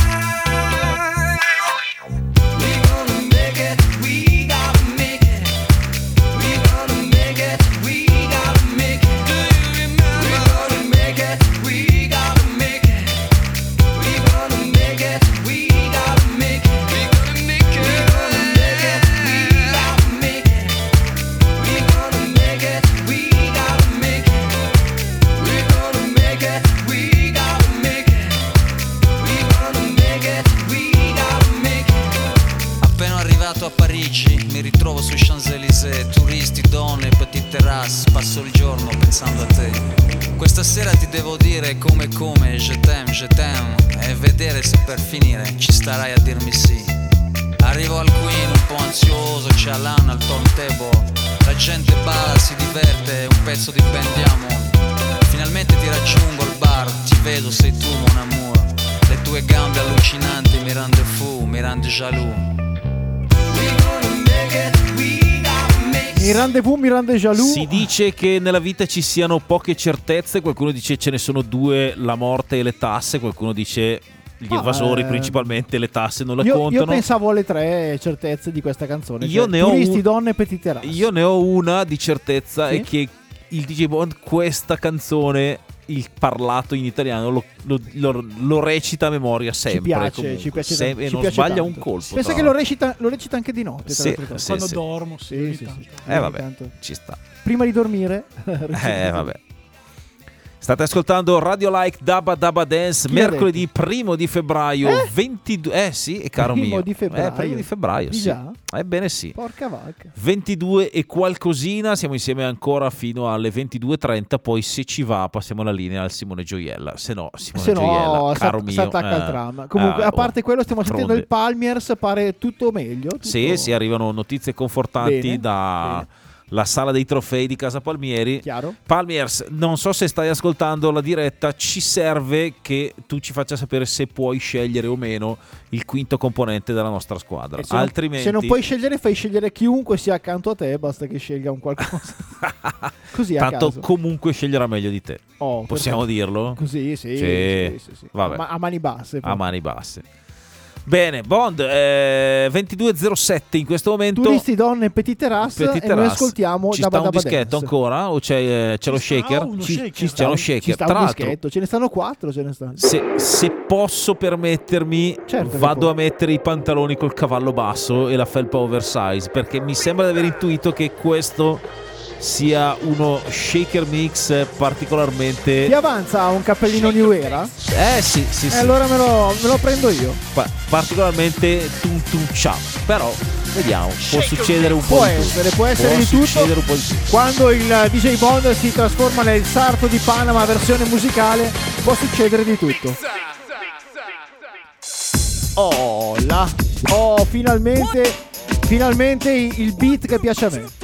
We gonna make it. We gotta make it. We gonna make it. We gotta make it. Do you remember? We gonna make it. We gotta make it. We gonna make it. We gotta make it. We gonna make it. We gonna make it. We gotta make it. We gonna make it. We gotta make it. We gonna make it. We gotta make it. We gonna make it. We gotta make it. Appena arrivato a Parigi mi ritrovo sui Champs-Élysées, turisti, donne, petit terrasse, passo il giorno pensando a te. Questa sera ti devo dire come je t'aime, e vedere se per finire ci starai a dirmi sì. Arrivo al Queen un po' ansioso, c'è Alan al turntable, la gente balla, si diverte, un pezzo di Ben Diamond. Finalmente ti raggiungo al bar, ti vedo, sei tu mon amour. Le tue gambe allucinanti mi rende fou, mi rende jaloux. Mirande jaloux. Si dice che nella vita ci siano poche certezze, qualcuno dice ce ne sono due, la morte e le tasse, qualcuno dice gli evasori principalmente le tasse non la contano. Io pensavo alle tre certezze di questa canzone. Io cioè, ne turisti, donne e petit terrasse. Io ne ho una di certezza, sì? è che il DJ Bond questa canzone, il parlato in italiano, lo recita a memoria sempre. Ci piace e non sbaglia tanto. Un colpo. Pensa che lo recita anche di notte. Sì, quando dormo. Sì. Vabbè, ci sta. Prima di dormire. Vabbè. State ascoltando Radio Like Dabba Dabba Dance, mercoledì 1 di febbraio 22. Sì, caro mio. 1 di febbraio, sì. Già? Ebbene sì. Porca vacca. 22 e qualcosina, siamo insieme ancora fino alle 22:30, poi se ci va passiamo la linea al Simone Gioiella. Se no, Gioiella, caro mio. Si attacca al tram. Comunque, a parte quello, stiamo sentendo il Palmiers, pare tutto meglio. Tutto... Sì, arrivano notizie confortanti da... la sala dei trofei di Casa Palmieri. Chiaro. Palmiers, non so se stai ascoltando la diretta, ci serve che tu ci faccia sapere se puoi scegliere o meno il quinto componente della nostra squadra. Altrimenti, se non puoi scegliere, fai scegliere chiunque sia accanto a te, basta che scelga un qualcosa. Così a tanto caso. Comunque sceglierà meglio di te. Possiamo dirlo? Così, sì. Vabbè. A mani basse. A mani basse. Bene, Bond, 22:07 in questo momento. Turisti, donne, Petite Terrasse, e noi ascoltiamo Ci sta un dischetto ancora? O c'è lo shaker? C'è lo shaker. Ci sta un dischetto, ce ne stanno 4. Se posso permettermi, vado a mettere i pantaloni col cavallo basso e la felpa oversize, perché mi sembra di aver intuito che questo sia uno shaker mix particolarmente... Ti avanza un cappellino New Era? Sì. Allora me lo prendo io. Particolarmente tuntunciato. Però vediamo, può succedere un po' può di essere di tutto. Quando il DJ Bond si trasforma nel sarto di Panama versione musicale, può succedere di tutto. Finalmente il beat che piace a me.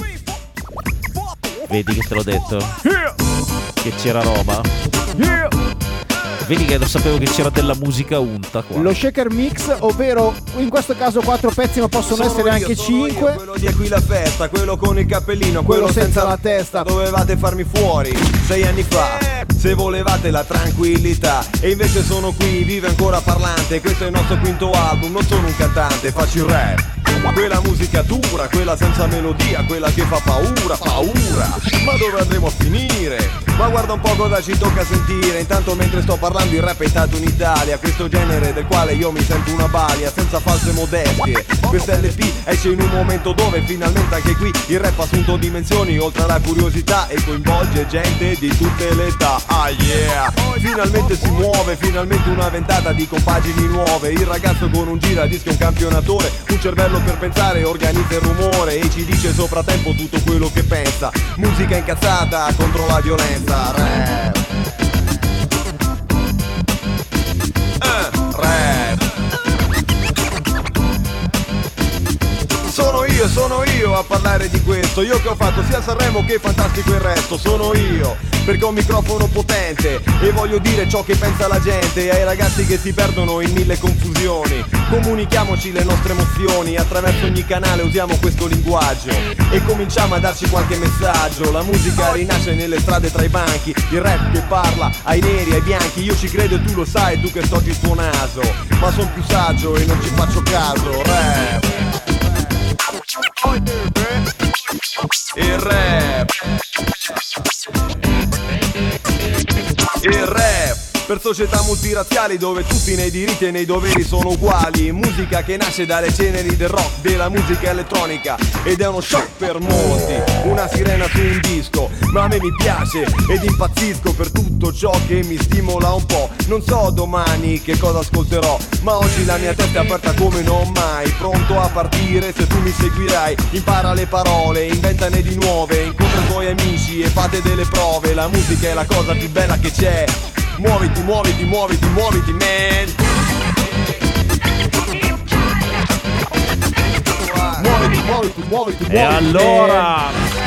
Vedi che te l'ho detto? Che c'era roba? Vedi che lo sapevo che c'era della musica unta qua. Lo shaker mix, ovvero in questo caso 4 pezzi, ma possono essere anche 5. Quello di qui la festa, quello con il cappellino, quello senza la testa. Dovevate farmi fuori 6 anni fa, se volevate la tranquillità. E invece sono qui, vive ancora parlante. Questo è il nostro quinto album, non sono un cantante, faccio il rap. Quella musica dura, quella senza melodia, quella che fa paura. Ma dove andremo a finire? Ma guarda un po' cosa ci tocca sentire. Intanto mentre sto parlando il rap è stato in Italia, questo genere del quale io mi sento una balia, senza false modestie. Questa LP esce in un momento dove finalmente anche qui il rap ha assunto dimensioni oltre alla curiosità e coinvolge gente di tutte le età. Ah yeah! Finalmente si muove, finalmente una ventata di compagini nuove. Il ragazzo con un giradischi e un campionatore, un cervello per pensare, organizza il rumore e ci dice sopra tempo tutto quello che pensa. Musica incazzata contro la violenza. Rap. Sono io a parlare di questo. Io che ho fatto sia Sanremo che Fantastico il resto. Sono io, perché ho un microfono potente e voglio dire ciò che pensa la gente. Ai ragazzi che si perdono in mille confusioni, comunichiamoci le nostre emozioni. Attraverso ogni canale usiamo questo linguaggio e cominciamo a darci qualche messaggio. La musica rinasce nelle strade tra i banchi, il rap che parla ai neri, ai bianchi. Io ci credo e tu lo sai, tu che storci il tuo naso, ma son più saggio e non ci faccio caso. Rap. Il rap per società multirazziali dove tutti nei diritti e nei doveri sono uguali. Musica che nasce dalle ceneri del rock, della musica elettronica, ed è uno shock per molti, una sirena su un disco. Ma a me mi piace ed impazzisco per tutto ciò che mi stimola un po'. Non so domani che cosa ascolterò, ma oggi la mia testa è aperta come non mai, pronto a partire se tu mi seguirai. Impara le parole, inventane di nuove, incontra i tuoi amici e fate delle prove. La musica è la cosa più bella che c'è. Muoviti, muoviti, muoviti, muoviti, man. Muoviti, muoviti, muoviti, e allora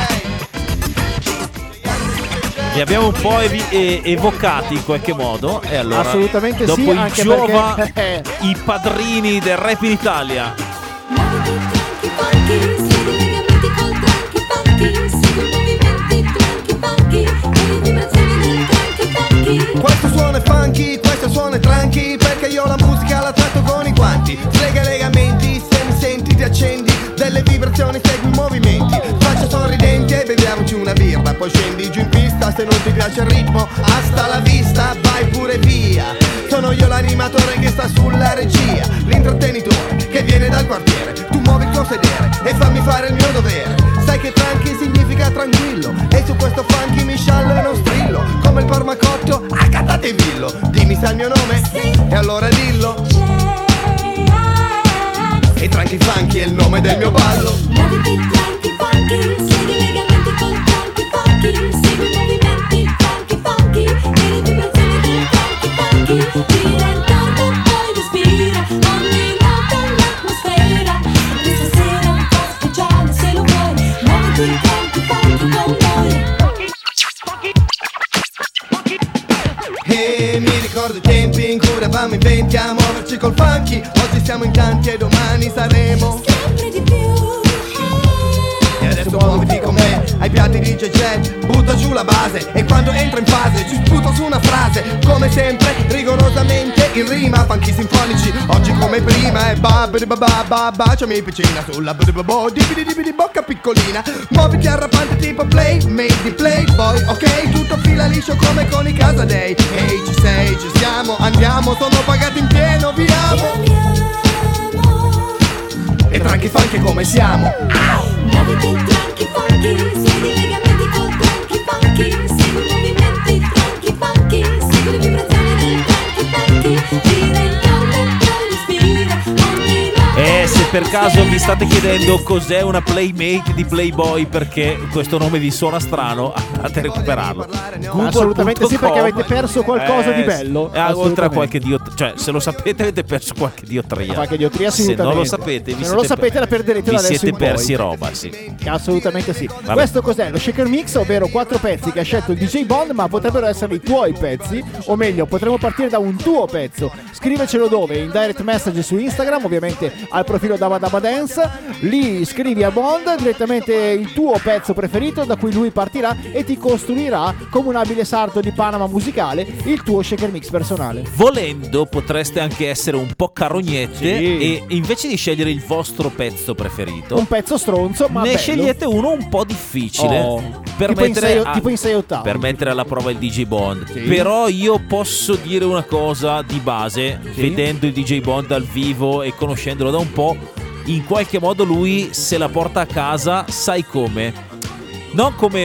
li abbiamo un po' evocati in qualche modo. E allora, assolutamente dopo sì, i anche Giova, perché i padrini del rap in Italia. Questo suono è funky, questo suono è tranqui, perché io la musica la tratto con i guanti. Slega i legamenti, se mi senti ti accendi delle vibrazioni, segui i movimenti. Faccia sorridenti e beviamoci una birra, poi scendi giù in pista. Se non ti piace il ritmo, hasta la vista, vai pure via. Sono io l'animatore che sta sulla regia, l'intrattenitore che viene dal quartiere. Tu muovi il tuo sedere e fammi fare il mio dovere. Sai che tranqui significa tranquillo, e su questo funky mi sciallo e non strillo. come il Parmacotto, accattate villo. Dimmi se è il mio nome, e allora dillo. E Tranqui Funky è il nome del mio ballo. Muoviti Tranqui Funky, segui i legamenti col Tranqui Funky, segui i movimenti Tranqui Funky, e le vibrazioni del Tranqui Funky. Gira intorno e poi respira, ogni nota l'atmosfera. Questa sera un po' speciale se lo vuoi, muoviti Tranqui Funky con noi. E mi ricordo i tempi in cui eravamo in 20 a muoverci col funky. Oggi siamo in tanti e domani saremo sempre di più. E adesso muoviti con me ai piatti di JJ, butta giù la base e quando entro in fase ci sputo su una frase. Come sempre, rigorosamente in rima, funky sinfonici, oggi come prima. E baciami piccina sulla di bocca piccolina. Muoviti arrampante tipo play, made di playboy, ok? Tutto fila liscio come con i Casa Day. Ehi, ci sei, ci siamo, andiamo, sono pagati in pieno, viamo. E Tranqui Funky come siamo. Muoviti Tranqui Funky, segui i legamenti col Tranqui Funky, segui i movimenti Tranqui Funky, segui le vibrazioni del Tranqui Funky, gira intorno e poi respira, ogni nota. Se per caso vi state chiedendo cos'è una playmate di Playboy, perché questo nome vi suona strano, andate a recuperarlo. Assolutamente sì, perché avete perso qualcosa di bello. Oltre a qualche cioè se lo sapete avete perso qualche diotria. Qualche diotria assolutamente. Se non lo sapete, se non lo sapete la perderete da adesso in poi. Vi siete persi roba, sì. Assolutamente sì. Vabbè. Questo cos'è? Lo Shaker Mix, ovvero 4 pezzi che ha scelto il DJ Bond, ma potrebbero essere i tuoi pezzi, o meglio, potremmo partire da un tuo pezzo. Scrivecelo dove? In direct message su Instagram, ovviamente al profilo Dabba Dabba Dance. Lì scrivi a Bond direttamente il tuo pezzo preferito, da cui lui partirà e ti costruirà come un abile sarto di Panama musicale il tuo Shaker Mix personale. Volendo potreste anche essere un po' carognette, sì, e invece di scegliere il vostro pezzo preferito, un pezzo stronzo, ma ne bello, scegliete uno un po' difficile, per tipo in 6 ottavi, per mettere alla prova il DJ Bond. Sì. Però io posso dire una cosa di base, sì, vedendo il DJ Bond dal vivo e conoscendolo da un po', in qualche modo lui se la porta a casa, sai come? Non come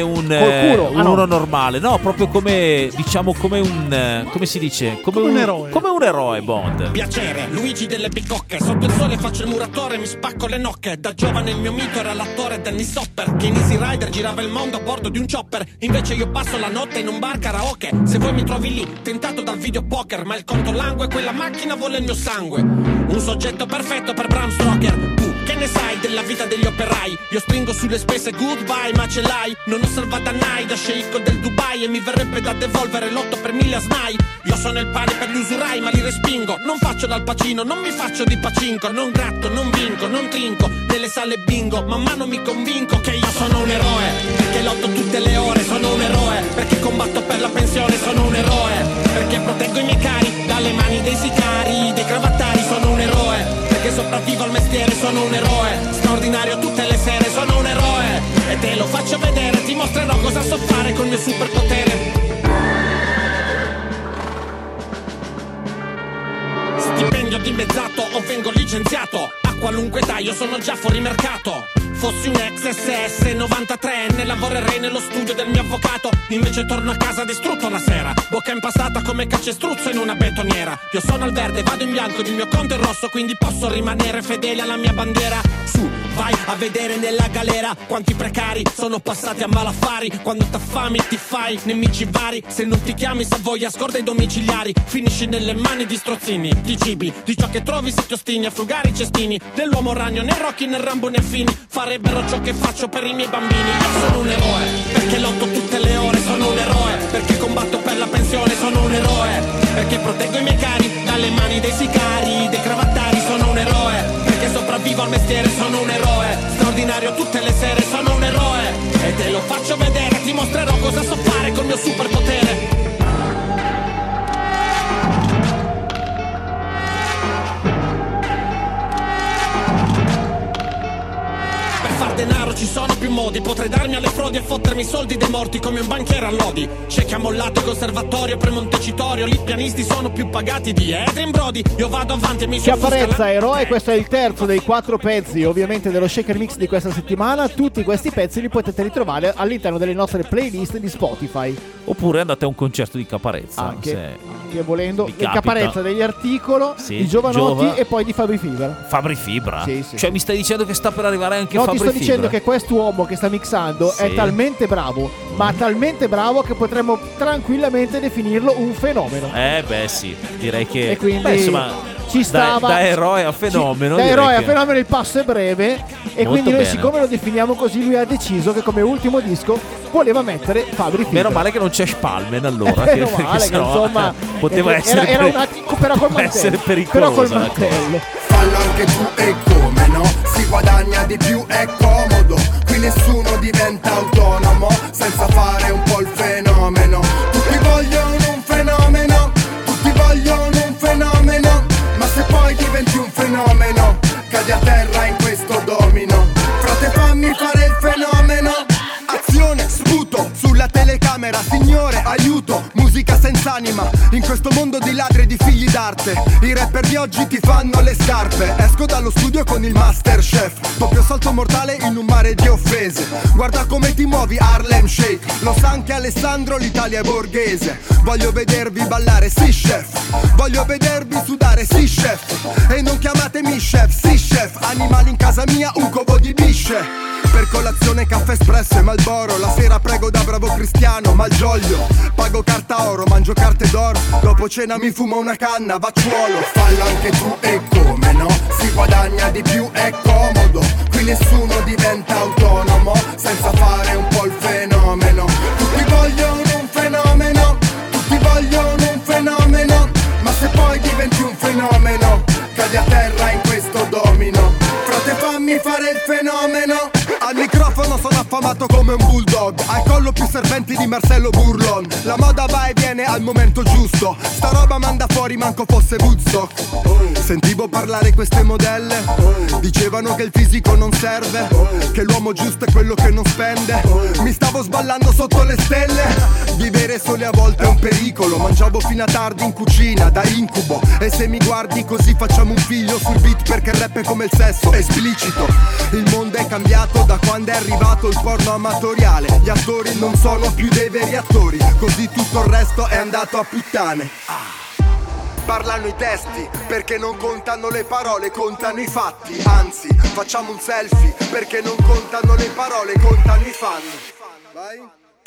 uno normale, no, proprio come, diciamo, come un, come si dice? Come un eroe. Come un eroe Bond. Piacere, Luigi delle Bicocche. Sotto il sole faccio il muratore, mi spacco le nocche. Da giovane il mio mito era l'attore Dennis Hopper, che in Easy Rider girava il mondo a bordo di un chopper. Invece io passo la notte in un bar karaoke. Se vuoi mi trovi lì, tentato dal videopoker, ma il conto langue, quella macchina vuole il mio sangue. Un soggetto perfetto per Bram Stoker. Tu, che ne sai della vita degli operai? Io stringo sulle spese goodbye, ma ce l'hai. Non ho salvata Nai da sceicco del Dubai, e mi verrebbe da devolvere l'8 per 1000 a SNAI. Io sono il pane per gli usurai, ma li respingo. Non faccio dal Pacino, non mi faccio di Pacinco. Non gratto, non vinco, non trinco nelle sale bingo. Man mano mi convinco che io sono un eroe, perché lotto tutte le ore. Sono un eroe, perché combatto per la pensione. Sono un eroe, perché proteggo i miei cari dalle mani dei sicari, dei cravattari. Sono un eroe, perché sopravvivo al mestiere. Sono un eroe, straordinario tutte le sere. Sono un eroe, e te lo faccio vedere, ti mostrerò cosa so fare col mio superpotere. Stipendio dimezzato o vengo licenziato, a qualunque età io sono già fuori mercato. Fossi un ex SS 93enne, lavorerei nello studio del mio avvocato. Invece torno a casa distrutto la sera, bocca impastata come calcestruzzo in una betoniera. Io sono al verde, vado in bianco ed il mio conto è rosso, quindi posso rimanere fedele alla mia bandiera. Su, vai a vedere nella galera quanti precari sono passati a malaffari. Quando t'affami ti fai nemici vari, se non ti chiami Savoia scorda i domiciliari. Finisci nelle mani di strozzini, di cibi, di ciò che trovi se ti ostini a frugare i cestini. Dell'uomo ragno né Rocky né Rambo né Fini farebbero ciò che faccio per i miei bambini. Io sono un eroe, perché lotto tutte le ore. Sono un eroe, perché combatto per la pensione. Sono un eroe, perché proteggo i miei cari dalle mani dei sicari, dei cravattari. Sono un eroe, perché sopravvivo al mestiere. Sono un eroe, straordinario tutte le sere. Sono un eroe, e te lo faccio vedere. Ti mostrerò cosa so fare col mio superpotere. Far denaro ci sono più modi, potrei darmi alle frodi e fottermi i soldi dei morti come un banchiere a lodi. C'è chi ha mollato il conservatorio per Montecitorio, lì i pianisti sono più pagati di Adrien Brody. Io vado avanti e mi Chiapparezza Eroe, questo è il terzo dei 4 pezzi ovviamente dello Shaker Mix di questa settimana. Tutti questi pezzi li potete ritrovare all'interno delle nostre playlist di Spotify. Oppure andate a un concerto di Caparezza, anche volendo. Il Caparezza degli Articolo, di Giovanotti e poi di Fabri Fibra. Fabri Fibra? Sì. Cioè mi stai dicendo che sta per arrivare anche Fabri Fibra? No, ti sto dicendo che quest'uomo che sta mixando è talmente bravo, ma talmente bravo che potremmo tranquillamente definirlo un fenomeno. Beh sì, direi che... E quindi insomma... Ci stava da eroe a fenomeno. Da eroe a fenomeno il passo è breve. E quindi noi, siccome lo definiamo così, lui ha deciso che come ultimo disco voleva mettere Fabri Fibra. Meno male che non c'è Spalmen allora. Meno male che insomma poteva essere era un attimo, però col mantello. Però col mantello. Fallo anche tu e come no? Si guadagna di più, è comodo. Qui nessuno diventa autonomo senza fare un po' il fenomeno. Tutti vogliono un fenomeno. Tutti vogliono un fenomeno. Ma se poi diventi un fenomeno, cadi a terra in questo domino. Frate, fammi fare il fenomeno. Azione, sputo sulla telecamera. Signore, aiuto, musica senza anima. In questo mondo di ladri e di figli d'arte, i rapper di oggi ti fanno le scarpe. Esco dallo studio con il Masterchef, doppio salto mortale in un mare di offese. Guarda come ti muovi, Harlem Shake. Lo sa anche Alessandro, l'Italia è borghese. Voglio vedervi ballare, sì chef. Voglio vedervi sudare, sì chef. E non chiamatemi chef, sì chef. Animali in casa mia, un covo di bisce. Per colazione caffè espresso e Marlboro. La sera prego da bravo cristiano, Malgioglio. Pago carta oro, mangio carte d'oro. Dopo cena mi fumo una canna, vacciuolo. Fallo anche tu e come no? Si guadagna di più, è comodo. Qui nessuno diventa autonomo senza fare un po' il fenomeno. Tutti vogliono un fenomeno. Tutti vogliono un fenomeno. Ma se poi diventi un fenomeno, cadi a terra in questo domino. Frate, fammi fare il fenomeno. Al microfono sono affamato come un bulldog. Al collo più serpenti di Marcello Burlon. La moda va e viene al momento giusto. Sta roba manda fuori manco fosse Woodstock. Sentivo parlare queste modelle. Dicevano che il fisico non serve, che l'uomo giusto è quello che non spende. Mi stavo sballando sotto le stelle. Vivere soli a volte è un pericolo. Mangiavo fino a tardi in cucina, da incubo. E se mi guardi così facciamo un figlio sul beat, perché il rap è come il sesso, è esplicito. Il mondo è cambiato da quando è arrivato il porno amatoriale. Gli attori non sono più dei veri attori, così tutto il resto è andato a puttane. Parlano i testi, perché non contano le parole, contano i fatti. Anzi, facciamo un selfie, perché non contano le parole, contano i fan. Vai.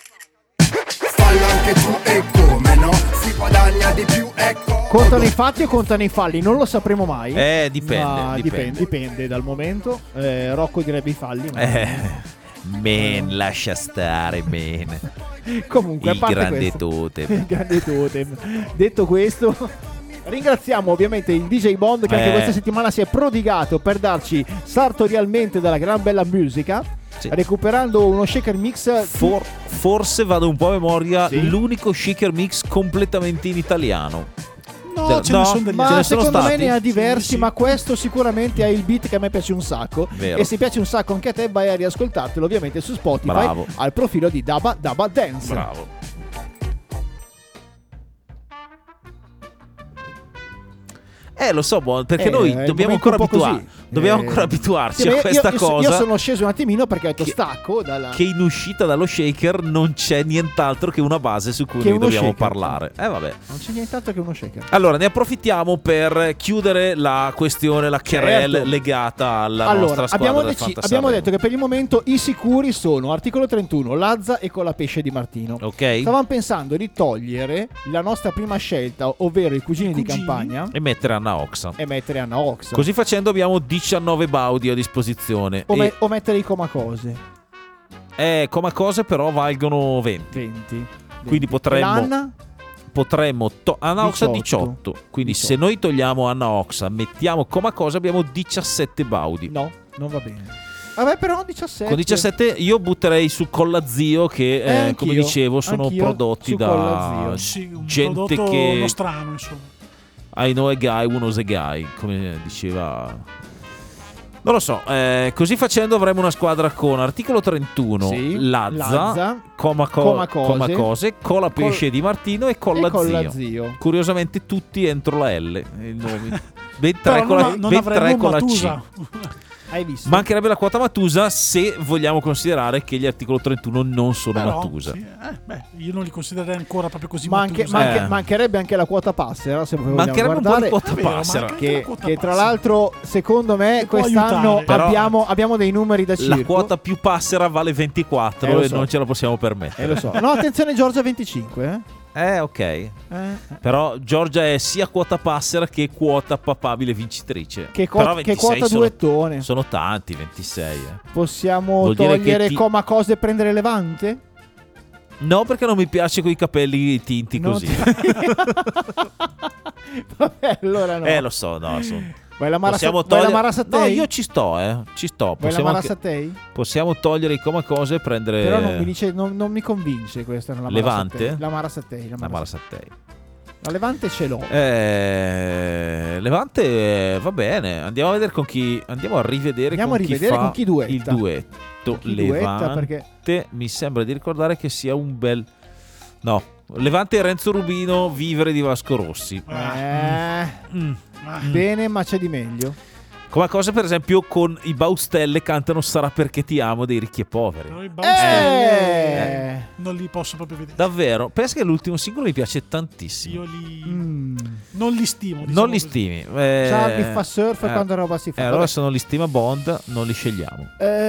Fallo anche tu e come no? Si guadagna di più, ecco. Contano i fatti o contano i falli? Non lo sapremo mai. Dipende dal momento. Rocco direbbe i falli. Men, lascia stare, men. Comunque, il grande totem. Il grande totem. Detto questo, ringraziamo ovviamente il DJ Bond che anche questa settimana si è prodigato per darci sartorialmente della gran bella musica. Sì. Recuperando uno shaker mix forse vado un po' a memoria, sì. L'unico shaker mix completamente in italiano. No, ce ne sono degli ma altri. secondo me ne ha diversi, sì. Ma questo sicuramente ha il beat che a me piace un sacco. Vero. E se piace un sacco anche a te, vai a riascoltartelo ovviamente su Spotify. Bravo. Al profilo di Dabba Dabba Dance. Bravo. Lo so, perché noi dobbiamo ancora abituarci a questa cosa. Io sono sceso un attimino perché ho detto stacco che in uscita dallo shaker non c'è nient'altro che una base su cui noi dobbiamo parlare. Vabbè. Non c'è nient'altro che uno shaker. Allora, ne approfittiamo per chiudere la questione, la querelle legata alla nostra squadra del Fantasy. Abbiamo detto che per il momento i sicuri sono Articolo 31, Lazza e Colapesce di Martino. Ok. Stavamo pensando di togliere la nostra prima scelta, ovvero i cugini di campagna, e mettere Anna Oxa. Così facendo abbiamo 19 baudi a disposizione. O mettere i comacose. Comacose però valgono 20. Quindi potremmo Anna Oxa 18. Quindi 18. Se noi togliamo Anna Oxa, mettiamo Comacose, abbiamo 17 baudi. No, non va bene. Vabbè, però 17. Con 17 io butterei su Collazio che come dicevo sono prodotti da gente che strano, insomma. I know a guy who knows a guy, come diceva Non lo so, così facendo avremo una squadra con Articolo 31, Sì, Lazza, Coma Cose, Cola Pesce di Martino e Colla Zio. Curiosamente tutti entro la L, i nomi. Ben tre con la C. Hai visto? Mancherebbe la quota Matusa se vogliamo considerare che gli Articolo 31 non sono Matusa. Sì, io non li considererei ancora proprio così mancherebbe anche la quota Passera, se vogliamo mancherebbe guardare. un po' di quota Passera. Che tra l'altro, secondo me, quest'anno abbiamo dei numeri da circo. La quota più Passera vale 24 e non ce la possiamo permettere. Lo so. No, attenzione, Giorgia 25, ok. Però Giorgia è sia quota Passera che quota papabile vincitrice. Che quota duettone. Sono tanti, 26. Possiamo Vuol dire togliere che Coma Cose e prendere Levante? No, perché non mi piace coi capelli tinti così. Vabbè, allora no. Lo so, no. Vai la Mara Sattei? No, io ci sto. Vai la Mara Sattei? Possiamo togliere i Coma Cose e prendere. Però non mi dice, non mi convince questa. La Levante? La Mara Sattei. La Mara Sattei. La Levante ce l'ho. Levante va bene. Andiamo a vedere con chi. Andiamo a rivedere con chi duetta. Il duetto. Levante. Perché mi sembra di ricordare che sia un bel. No. Levante e Renzo Rubino, Vivere di Vasco Rossi. Bene, ma c'è di meglio. Come cosa, per esempio, con i Baustelle cantano Sarà perché ti amo dei ricchi e poveri. No, i Baustelle non li posso proprio vedere. Davvero? Penso che l'ultimo singolo mi piace tantissimo. Io non li stimo. Non li stimi. Charlie fa surf quando roba si fa. Allora se non li stima Bond, non li scegliamo.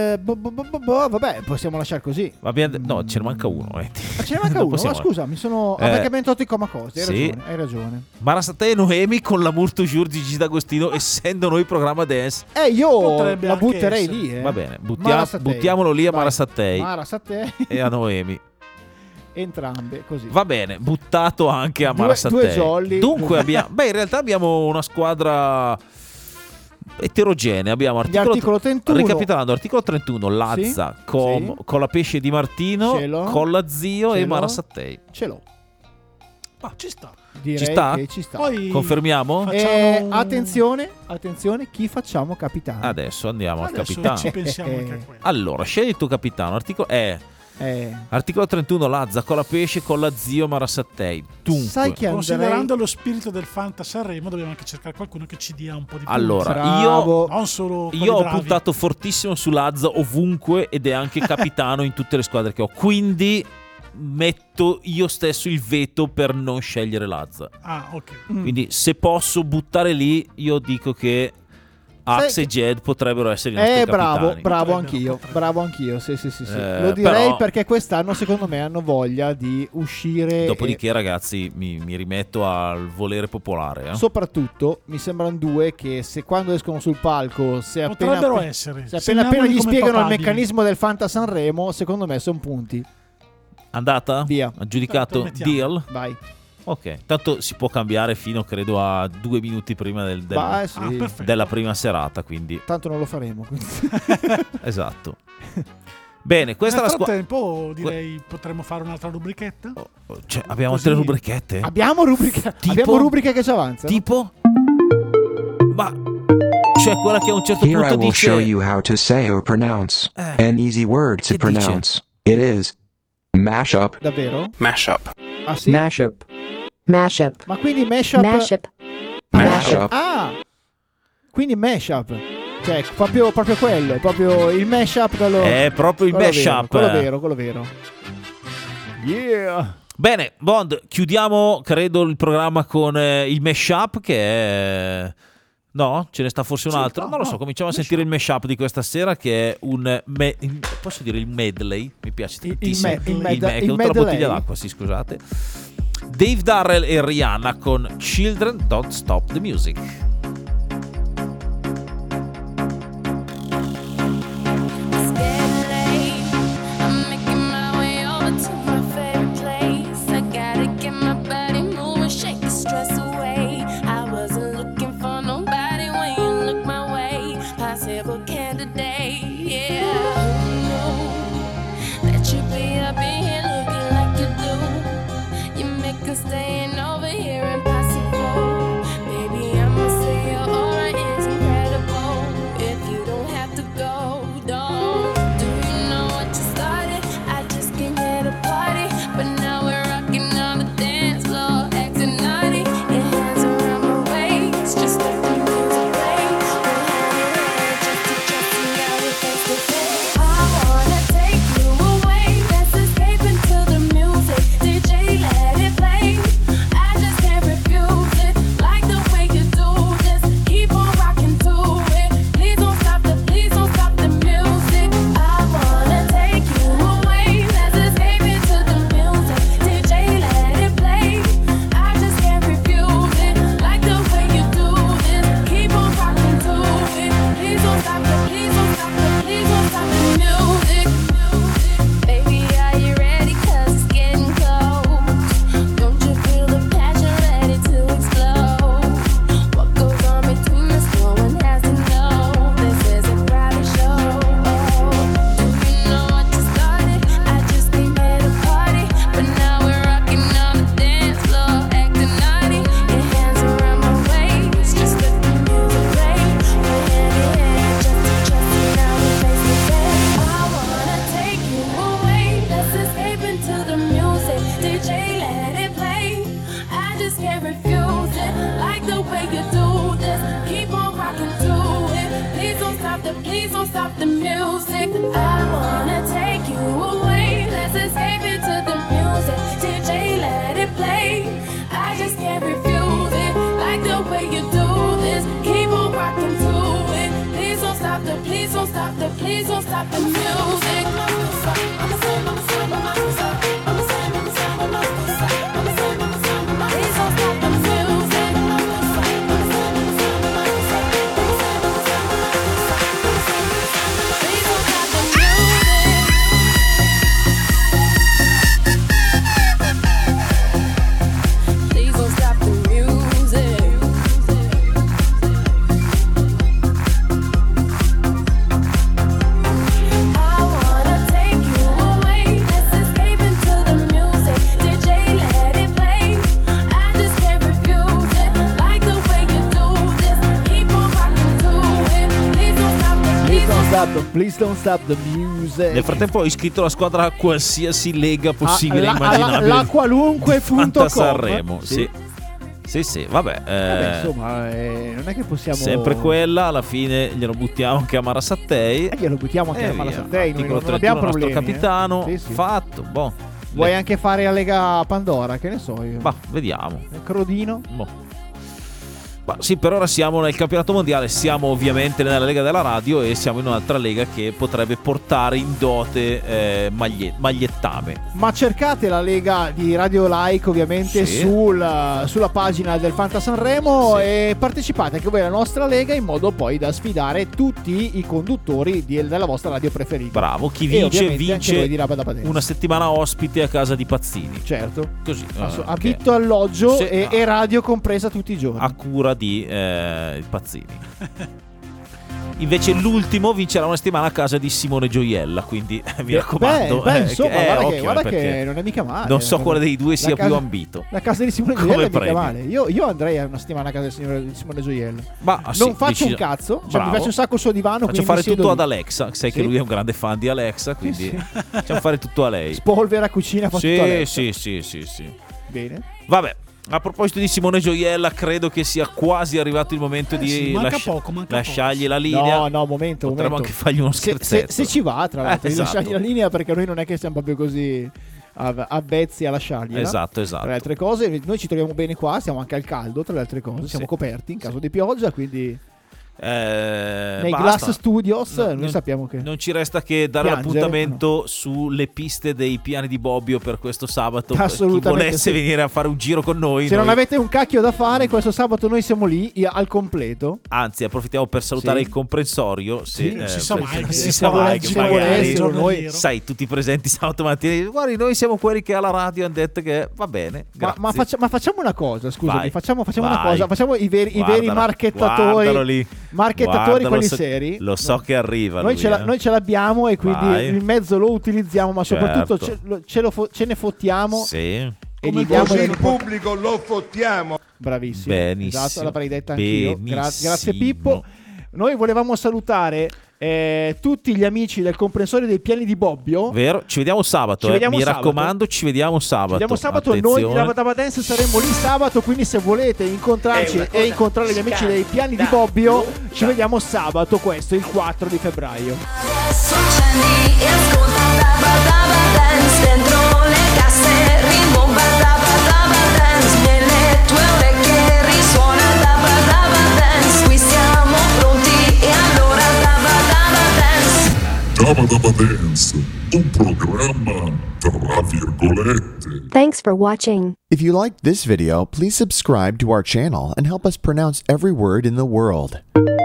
Vabbè, possiamo lasciare così. No, ce ne manca uno. Ce ne manca uno? Ma scusa, mi sono... perché abbiamo tolto i Coma Cose. Hai ragione. Mara Sattei e Noemi con l'Amour Toujours di Gigi D'Agostino, essendo noi programma dance. Io la butterei lì. Va bene, buttiamolo lì a Mara Sattei. E a Noemi. Entrambe, così. Va bene, buttato anche a Mara Sattei. Due jolly. Dunque in realtà abbiamo una squadra eterogenea. Abbiamo articolo 31. Ricapitolando, articolo 31, Lazza, Cola Pesce di Martino, Colla Zio e Mara Sattei. Ce l'ho. Ci sta. Direi che ci sta. Poi confermiamo? Attenzione, chi facciamo capitano? Adesso andiamo al capitano. Ci pensiamo anche a quello. Allora, scegli il tuo capitano. Articolo 31, Lazza, Cola Pesce, Colla Zio, Mara Sattei. Dunque, sai che considerando lo spirito del Fanta Sanremo, dobbiamo anche cercare qualcuno che ci dia un po' di più. Allora, io ho puntato fortissimo su Lazza ovunque ed è anche capitano in tutte le squadre che ho. Quindi metto io stesso il veto per non scegliere Lazza. Ok. Quindi se posso buttare lì, io dico che Axe e Jed potrebbero essere i nostri capitani. Bravo anch'io. Sì. Lo direi perché quest'anno secondo me hanno voglia di uscire. Dopodiché ragazzi mi rimetto al volere popolare. Soprattutto mi sembrano due che quando escono sul palco, se appena gli spiegano il meccanismo del Fanta Sanremo, secondo me sono punti. Andata? Via. Aggiudicato? Deal? Vai. Ok, tanto si può cambiare fino credo a 2 minuti prima della prima serata, quindi tanto non lo faremo, quindi. Esatto. Bene, questa nel è la squadra. Nel frattempo direi potremmo fare un'altra rubrichetta. Abbiamo altre rubrichette? Abbiamo rubriche che ci avanzano. Tipo? Ma cioè quella che a un certo Here punto I will dice show you how to say or pronounce an easy word to pronounce. It is mashup. Davvero? Mashup. Ah sì? Mashup. Ma quindi mashup. Quindi mashup. Cioè proprio quello, proprio il mashup è proprio il mashup. Quello vero. Yeah. Bene, Bond, chiudiamo credo il programma con il mashup che è... No? Ce ne sta forse un altro? Non lo so, cominciamo a sentire il mashup di questa sera che è un... posso dire il medley? Mi piace tantissimo. Il medley. Tutta la bottiglia d'acqua, sì, scusate. Dave Darrell e Rihanna con Children Don't Stop the Music. Staying over here impossible. Baby, I'ma say the, please don't stop the music. I wanna take you away. Let's escape into the music. DJ, let it play. I just can't refuse it. Like the way you do this. Keep on rocking to it. Please don't stop the, please don't stop the, please don't stop the music. Please don't stop the music. Nel frattempo ho iscritto la squadra a qualsiasi lega possibile e immaginabile. La qualunque.com. Sanremo, sì. Sì, vabbè. Insomma, non è che possiamo. Sempre quella, alla fine glielo buttiamo anche a Marasattei. Glielo buttiamo anche a Marasattei. Non abbiamo problemi. Il nostro capitano, sì. Fatto. Boh. Vuoi anche fare la Lega Pandora? Che ne so io. Ma vediamo. Crodino. Boh. Ma sì, per ora siamo nel campionato mondiale, siamo ovviamente nella Lega della Radio e siamo in un'altra lega che potrebbe portare in dote magliettame. Ma cercate la Lega di Radio Like ovviamente sulla pagina del Fanta Sanremo e partecipate anche voi alla nostra Lega in modo poi da sfidare tutti i conduttori della vostra radio preferita. Bravo, chi vince una settimana ospite a casa di Pazzini. Certo. Così. Affitto, alloggio e radio compresa tutti i giorni. A cura di Pazzini. Invece l'ultimo vincerà una settimana a casa di Simone Gioiella, quindi mi raccomando. Insomma, guarda che non è mica male. Non so quale dei due sia più ambito. La casa di Simone Gioiella è mica male. Io andrei a una settimana a casa di Simone Gioiella. Non faccio un cazzo, mi faccio un sacco il suo divano. Faccio fare tutto ad Alexa. Sai che lui è un grande fan di Alexa, quindi facciamo fare tutto a lei. Spolvera, cucina, fa tutto a Alexa. Sì. Bene. Vabbè. A proposito di Simone Gioiella, credo che sia quasi arrivato il momento di lasciargli la linea. No, momento. Potremmo anche fargli uno scherzetto. Se ci va, tra l'altro, di lasciargli la linea, perché noi non è che siamo proprio così avvezzi a lasciargli. Esatto. Tra le altre cose, noi ci troviamo bene qua, siamo anche al caldo, tra le altre cose, siamo coperti in caso di pioggia, quindi nei Glass Studios noi sappiamo che non ci resta che dare l'appuntamento sulle piste dei piani di Bobbio per questo sabato. Assolutamente. Chi volesse venire a fare un giro con noi, non avete un cacchio da fare, questo sabato noi siamo lì al completo. Anzi, approfittiamo per salutare il comprensorio. Non si sa mai che magari noi, sai, tutti presenti sabato mattina. Guardi, noi siamo quelli che alla radio hanno detto che va bene. Ma facciamo una cosa, scusami, facciamo una cosa, facciamo i veri marchettatori. Quelli seri. Lo so che arriva. Noi ce l'abbiamo e quindi il mezzo lo utilizziamo, ma soprattutto ce ne fottiamo. Sì. E gli diamo il pubblico lo fottiamo. Bravissimo. Benissimo. Esatto, l'avrei detta anch'io. Grazie Pippo. Noi volevamo salutare tutti gli amici del comprensorio dei piani di Bobbio. Vero, ci vediamo sabato. Mi raccomando, ci vediamo sabato. Attenzione. Noi di Lava Dava Dance saremo lì sabato, quindi se volete incontrarci e incontrare gli amici dei piani di Bobbio, ci vediamo sabato, questo il 4 di febbraio. Adesso accendi e ascolta Dava Dava Dance dentro le casse, ribomba Dava Dava Dance nelle tue orecchie, risuona Dava Dava Dance, qui siamo pronti e allora Dava Dava Dance. Dava Dava Dance, un programma tra virgolette. Thanks for watching. If you liked this video, please subscribe to our channel and help us pronounce every word in the world.